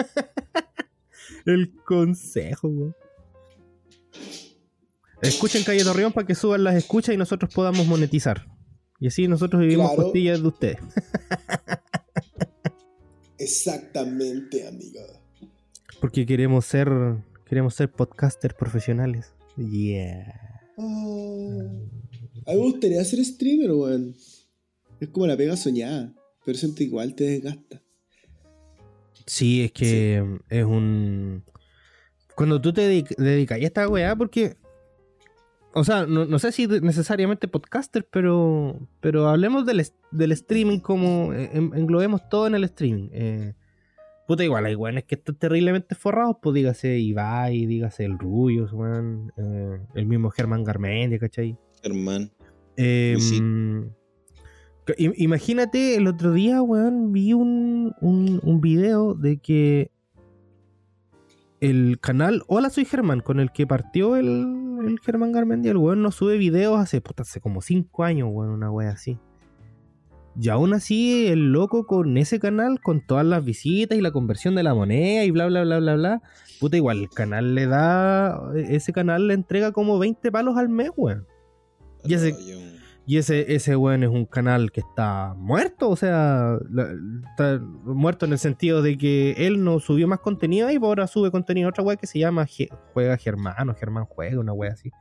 El consejo, weón. Escuchen Calle Torreón para que suban las escuchas y nosotros podamos monetizar. Y así nosotros vivimos Claro. costillas de ustedes. Exactamente, amigo. Porque queremos ser queremos ser podcasters profesionales. Yeah. Oh, a mí me gustaría ser streamer, weón. Es como la pega soñada, pero siento igual te desgasta. Sí, es que es un... Cuando tú te dedic- dedicas a esta weá, porque... O sea, no, no sé si necesariamente podcaster, pero pero hablemos del, es- del streaming como... eh, en- englobemos todo en el streaming. Eh, puta, igual, hay weones que están terriblemente forrados, pues dígase Ibai, dígase el Rubius, weón, eh, el mismo Germán Garmendia, ¿cachai? Germán. Eh, Luisito. i- imagínate, el otro día, weón, vi un, un, un video de que el canal Hola Soy Germán, con el que partió el, el Germán Garmendia, el weón no sube videos hace, puta, hace como cinco años, weón, una wea así. Y aún así, el loco con ese canal, con todas las visitas y la conversión de la moneda y bla, bla, bla, bla, bla, puta, igual el canal le da, ese canal le entrega como veinte palos al mes, weón. Y ese, y ese, ese weón es un canal que está muerto, o sea, la- está muerto en el sentido de que él no subió más contenido y ahora sube contenido a otra weá que se llama Ge- Juega Germán o Germán Juega, una weá así.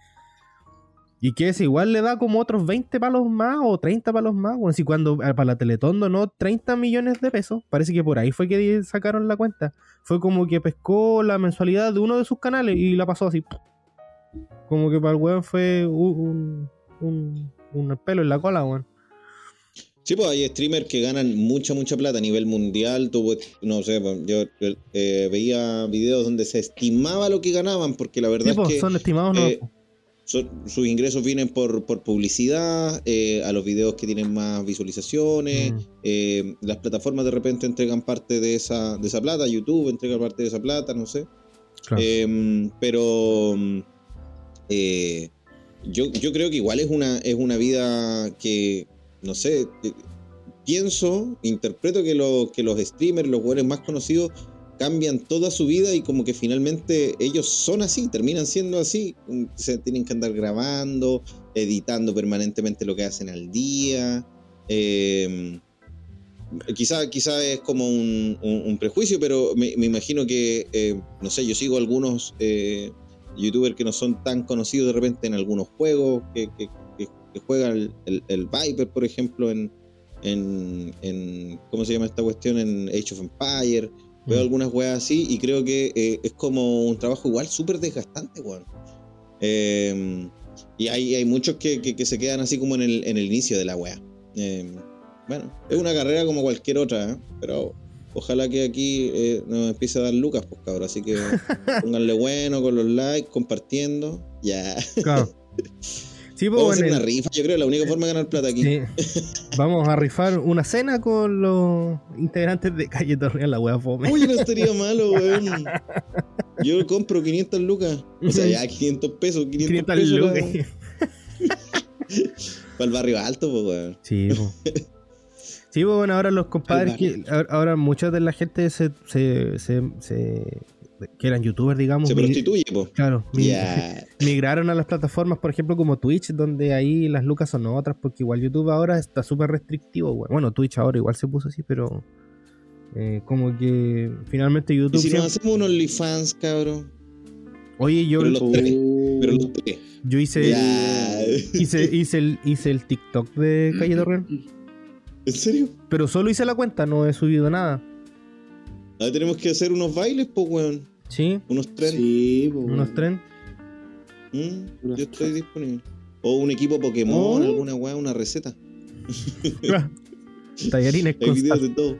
Y que ese igual le da como otros veinte palos más o treinta palos más, bueno, si cuando eh, para la Teletón donó treinta millones de pesos, parece que por ahí fue que sacaron la cuenta. Fue como que pescó la mensualidad de uno de sus canales y la pasó así. Como que para el weón fue un, un, un pelo en la cola, weón. Sí, pues hay streamers que ganan mucha, mucha plata a nivel mundial. Tú, no sé, pues, yo eh, veía videos donde se estimaba lo que ganaban, porque la verdad Sí, pues, es que son estimados, ¿no? eh, son- sus ingresos vienen por, por publicidad, eh, a los videos que tienen más visualizaciones. Mm. eh, las plataformas de repente entregan parte de esa, de esa plata, YouTube entrega parte de esa plata, no sé. Claro. Eh, pero eh, yo, yo creo que igual es una, es una vida que, no sé, eh, pienso, interpreto que, lo, que los streamers, los jugadores más conocidos, cambian toda su vida y como que finalmente ellos son así, terminan siendo así. Se tienen que andar grabando, editando permanentemente lo que hacen al día. Eh, Quizá, quizá es como un, un, un prejuicio, pero me, me imagino que, eh, no sé, yo sigo algunos eh, youtubers que no son tan conocidos de repente en algunos juegos, que, que, que, que juegan el, el, el Viper, por ejemplo, en, en, en, ¿cómo se llama esta cuestión? En Age of Empires. Veo Mm. algunas weas así y creo que eh, es como un trabajo igual súper desgastante, weón. Eh, y hay, hay muchos que, que, que se quedan así como en el, en el inicio de la wea. Eh, Bueno, es una carrera como cualquier otra, ¿eh? Pero ojalá que aquí eh, nos empiece a dar lucas, pues cabrón. Así que pónganle bueno con los likes, compartiendo. Ya. Claro. Sí, pues, Vamos a hacer bueno, una rifa, yo creo, la única forma de ganar plata aquí. sí. Vamos a rifar una cena con los integrantes de Calle Torreón, la wea fome. Uy, no estaría malo, weón. Yo compro quinientas lucas. O sea, ya quinientos pesos, quinientos, quinientas pesos. lucas. Para el barrio alto, pues, weón. Sí, pues. Sí, pues bueno, ahora los compadres que ahora- ahora mucha de la gente se, se, se, se- que eran youtubers, digamos, Se mi- prostituye, pues. claro, mi- Ya. migraron a las plataformas, por ejemplo, como Twitch, donde ahí las lucas son otras, porque igual YouTube ahora está súper restrictivo, güey. Bueno, Twitch ahora igual se puso así, pero eh, como que finalmente Y YouTube si nos siempre- hacemos un OnlyFans, cabrón. Oye, yo, Pero los tres. Oh. Pero los tres. yo hice, Ya. hice, hice, el, hice el TikTok de Calle Torreón, ¿En serio? pero solo hice la cuenta, no he subido nada. Ahora tenemos que hacer unos bailes, pues, weón. Sí, Unos trends. Sí, pues, unos trends. Mm, Unos yo estoy disponible. O un equipo Pokémon, Oh. alguna weá, una receta. Tallarines Hay con videos sal. de todo.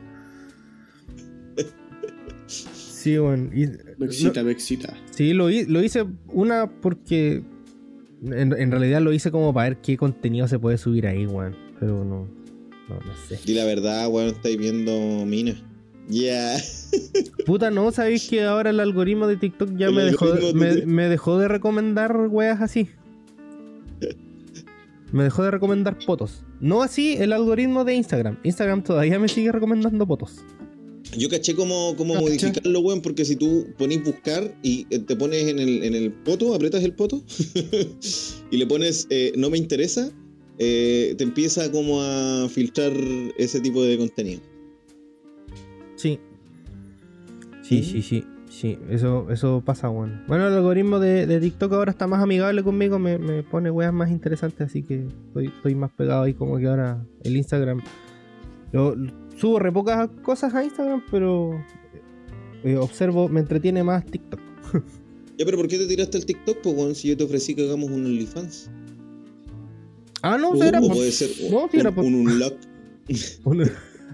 Sí, bueno. y- Me excita, no- me excita. sí, lo, hi- lo hice una porque en, en realidad lo hice como para ver qué contenido se puede subir ahí, weón. Pero no, no, no sé. Di la verdad, weón, estáis viendo minas. Ya. Puta, no, sabéis que ahora el algoritmo de TikTok ya El me dejó, algoritmo me, de- me dejó de recomendar weas así. Me dejó de recomendar potos. No así el algoritmo de Instagram. Instagram todavía me sigue recomendando potos. Yo caché cómo, cómo Cacha. modificarlo, weón, porque si tú ponís buscar y eh, te pones en el, en el poto, apretas el poto y le pones eh, no me interesa, eh, te empieza como a filtrar ese tipo de contenido. Sí. Sí, sí, sí. Sí, eso, eso pasa, bueno. Bueno, el algoritmo de, de TikTok ahora está más amigable conmigo, me, me pone weas más interesantes, así que estoy, estoy más pegado ahí, como que ahora el Instagram. Yo subo re pocas cosas a Instagram, pero eh, observo, me entretiene más TikTok. Ya, pero ¿por qué te tiraste al TikTok, po, weón, si yo te ofrecí que hagamos un OnlyFans? Ah, no, O, si era o por- puede ser no, si un, era por- un unlock. un,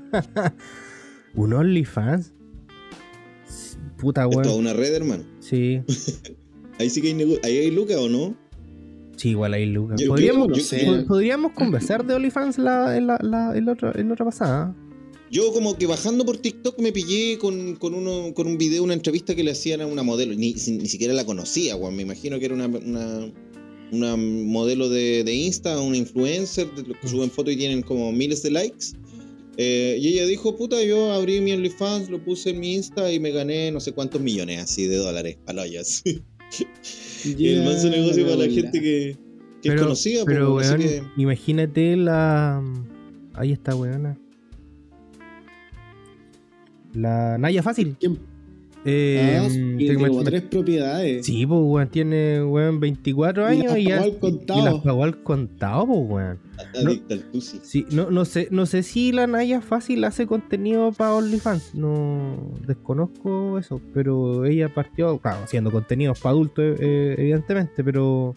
un OnlyFans. Puta, Es toda weón. una red, hermano. Sí, Ahí sí que hay, nego- ahí hay lucas, ¿o no? sí, igual ahí, Lucas. Yo- Podríamos, yo no po- sé. podríamos conversar de OnlyFans la, en, la, la, en, la otra, en la otra pasada. Yo como que bajando por TikTok me pillé con, con, uno, con un video, una entrevista que le hacían a una modelo. Ni, si- ni siquiera la conocía, weón. Me imagino que era una, una, una modelo de, de Insta, una influencer, de los que suben fotos y tienen como miles de likes. Eh, y ella dijo, puta, yo abrí mi OnlyFans, lo puse en mi Insta y me gané no sé cuántos millones así de dólares, paloyas. Y el manso negocio para la gente que, que es conocida. pero pues, así weón, que- imagínate la. Ahí está, weona. La Naya Fácil. ¿Quién? Eh, Ah, te- tiene me- como me- tres propiedades. Sí, pues, weón, tiene, weón, veinticuatro Y años las y, ya, pagó al y- contado. y las pagó al contado, pues, weón. Adicta al tusi. Sí, no, no sé, no sé si la Naya Fácil hace contenido para OnlyFans, no desconozco eso, pero ella partió, claro, haciendo contenidos para adultos, eh, evidentemente, pero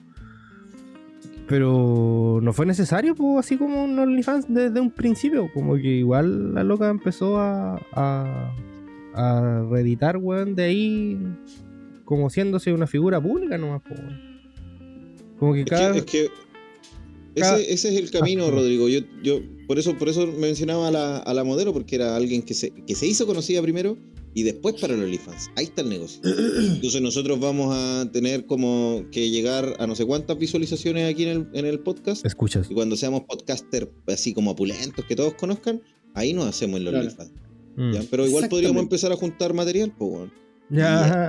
pero no fue necesario, pues, así como un OnlyFans desde un principio, como que igual la loca empezó a a, a reeditar, weón, de ahí como siéndose una figura pública nomás, pues, weón. Como que Es cada que, es que cada- ese, ese es el camino, Ah, Rodrigo. Yo, yo por eso, por eso mencionaba a la, a la modelo, porque era alguien que se, que se hizo conocida primero y después para el OnlyFans. Ahí está el negocio. Entonces nosotros vamos a tener como que llegar a no sé cuántas visualizaciones aquí en el, en el podcast. escuchas. Y cuando seamos podcaster así como opulentos que todos conozcan, ahí nos hacemos el Claro. OnlyFans. Mm. ¿Ya? Pero igual podríamos Exactamente. empezar a juntar material, pues, weón. Ya.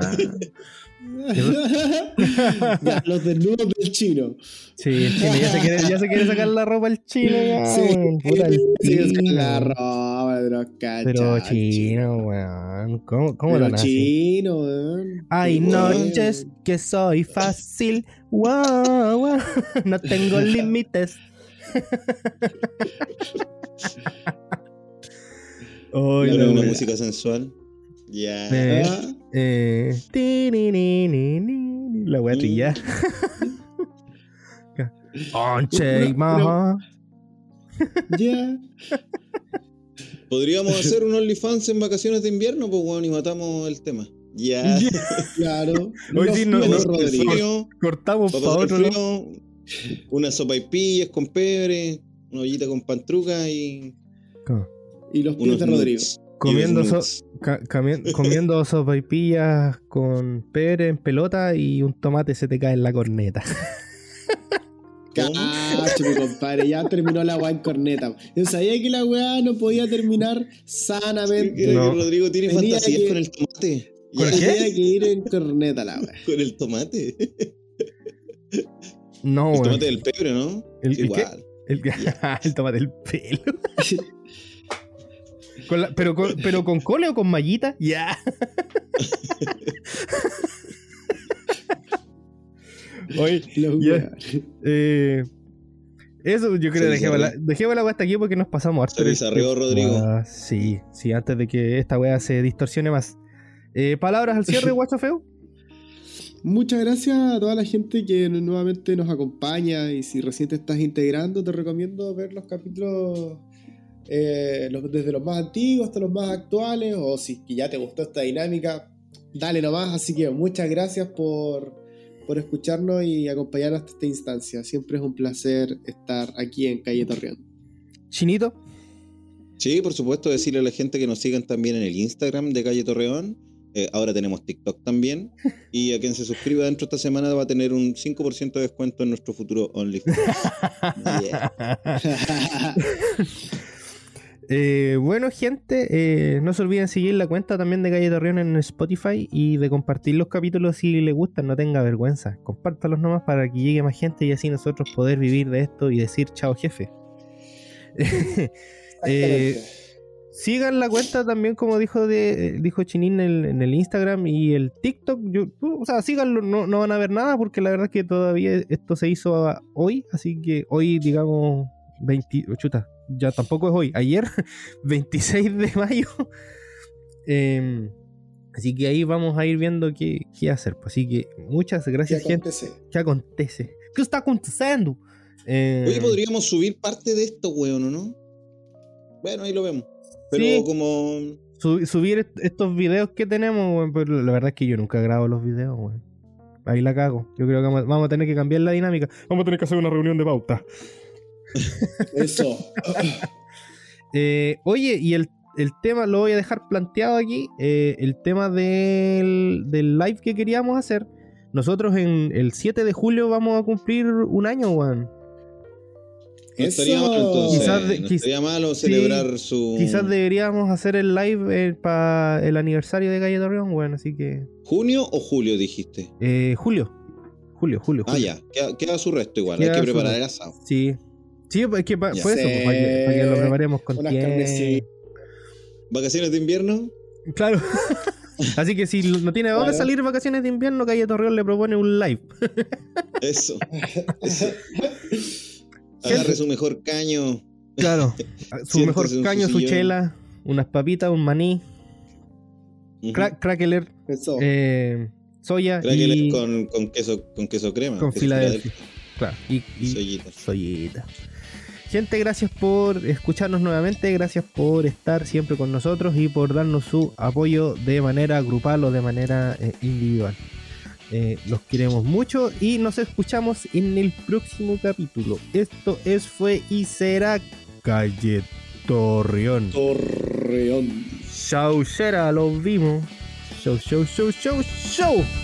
Ya, los desnudos del chino. Sí, el chino ya se quiere, ya se quiere sacar la ropa el chino, ya, Sí, weón. Puta, el sí, es chino. la ropa de los cachas. Pero chino, weón. ¿Cómo, cómo Pero lo nace? chino, weón. Hay Qué noches weón. que soy fácil. Wow, wow. No tengo límites. Ay, Claro, la una wea. música sensual. Ya. Eh, Ah, eh, ti, ni, ni, ni, ni, la wea trilla. On shake my heart. ya. Podríamos hacer un OnlyFans en vacaciones de invierno, pues, weón, y matamos el tema. Ya. Claro. Hoy Los sí, no- Para pies, no- pasar el Rodrigo. frío, Cortamos para para pasar el otro lado. frío, unas sopaipillas con pebre, una ollita con pantruca y Y los pies unos de Rodrigo. nuts. Comiendo, Y so- unos nuts. ca- camien- comiendo sopaipillas con pebre en pelota y un tomate se te cae en la corneta. ¿Cómo? Cacho, mi compadre, ya terminó la weá en corneta. Yo sabía que la weá no podía terminar sanamente. Creo No. que Rodrigo tiene Tenía fantasías que- con el tomate. ¿Con Ya, el qué? Tenía que ir en corneta la weá. Con el tomate. No, El weón. tomate del pebre, ¿no? ¿El- el qué? Igual. El, el tomate del pelo. Con la- pero, con, pero con cole o con mallita, ya. Oye, Los Ya. weá. eh, eso yo creo Se que dejemos la, bizarreó. dejemos la wea hasta aquí porque nos pasamos harto. Se el bizarreó, tiempo. Rodrigo. Ah, sí, sí, antes de que esta wea se distorsione más. Eh, Palabras al cierre, guacho feo. Muchas gracias a toda la gente que nuevamente nos acompaña y si recién te estás integrando te recomiendo ver los capítulos eh, los- desde los más antiguos hasta los más actuales o si que ya te gustó esta dinámica, dale nomás. Así que muchas gracias por, por escucharnos y acompañarnos hasta esta instancia. Siempre es un placer estar aquí en Calle Torreón. Chinito. Sí, por supuesto, decirle a la gente que nos sigan también en el Instagram de Calle Torreón. Eh, ahora tenemos TikTok también. Y a quien se suscriba dentro de esta semana va a tener un cinco por ciento de descuento en nuestro futuro OnlyFans. Yeah. eh, bueno, gente, eh, no se olviden seguir la cuenta también de Calle Torreón en Spotify y de compartir los capítulos si les gustan, no tenga vergüenza. Compártalos nomás para que llegue más gente y así nosotros poder vivir de esto y decir chao, jefe. eh, sigan la cuenta también, como dijo de, dijo Chinín en, en el Instagram y el TikTok. Yo, o sea, síganlo, no, no van a ver nada porque la verdad es que todavía esto se hizo a, hoy, así que hoy, digamos, veinte, chuta, ya tampoco es hoy, ayer, veintiséis de mayo. Eh, así que ahí vamos a ir viendo qué, qué hacer. Así que muchas gracias, ¿Qué gente. acontece? ¿Qué acontece? ¿Qué está aconteciendo? Eh, Oye, podríamos subir parte de esto, weón, ¿o no? Bueno, ahí lo vemos. Pero sí, como... Sub, subir est- estos videos que tenemos, weón, pero la verdad es que yo nunca grabo los videos, weón. Ahí la cago. Yo creo que vamos, vamos a tener que cambiar la dinámica. Vamos a tener que hacer una reunión de pauta. Eso. Eh, oye, y el, el tema lo voy a dejar planteado aquí. Eh, el tema del, del live que queríamos hacer. Nosotros en el siete de julio vamos a cumplir un año, weón. No estaría malo, entonces. Quizás de- no quiz- estaría malo sí, celebrar su... Quizás deberíamos hacer el live eh, para el aniversario de Calle Torreón, weón. Así que... ¿Junio o julio dijiste? Eh, julio. Julio, julio, Ah, julio. ya. Queda, queda su resto igual. Queda Hay que su preparar resto. el asado. Sí. Sí, pues, es que pa- Ya por eso, sé. pues, para, que, para que lo preparemos con Unas tiempo. carnecitas. ¿Vacaciones de invierno? Claro. Así que si no tiene a dónde Claro. salir vacaciones de invierno, Calle Torreón le propone un live. Eso. Eso. Agarre su mejor caño. Claro. Su Siéntese mejor en su caño, su sillón. chela, unas papitas, un maní, Ujú. cra- crackler, Eso. eh, soya Crackers y con, con queso con queso crema. con queso Filadelfia. Claro. Y, y Soyita. soyita. Gente, gracias por escucharnos nuevamente, gracias por estar siempre con nosotros y por darnos su apoyo de manera grupal o de manera eh, individual. Eh, los queremos mucho y nos escuchamos en el próximo capítulo. Esto es, fue y será Calle Torreón. Torreón. Chau, será, los vimos. Show, show, show, show, show.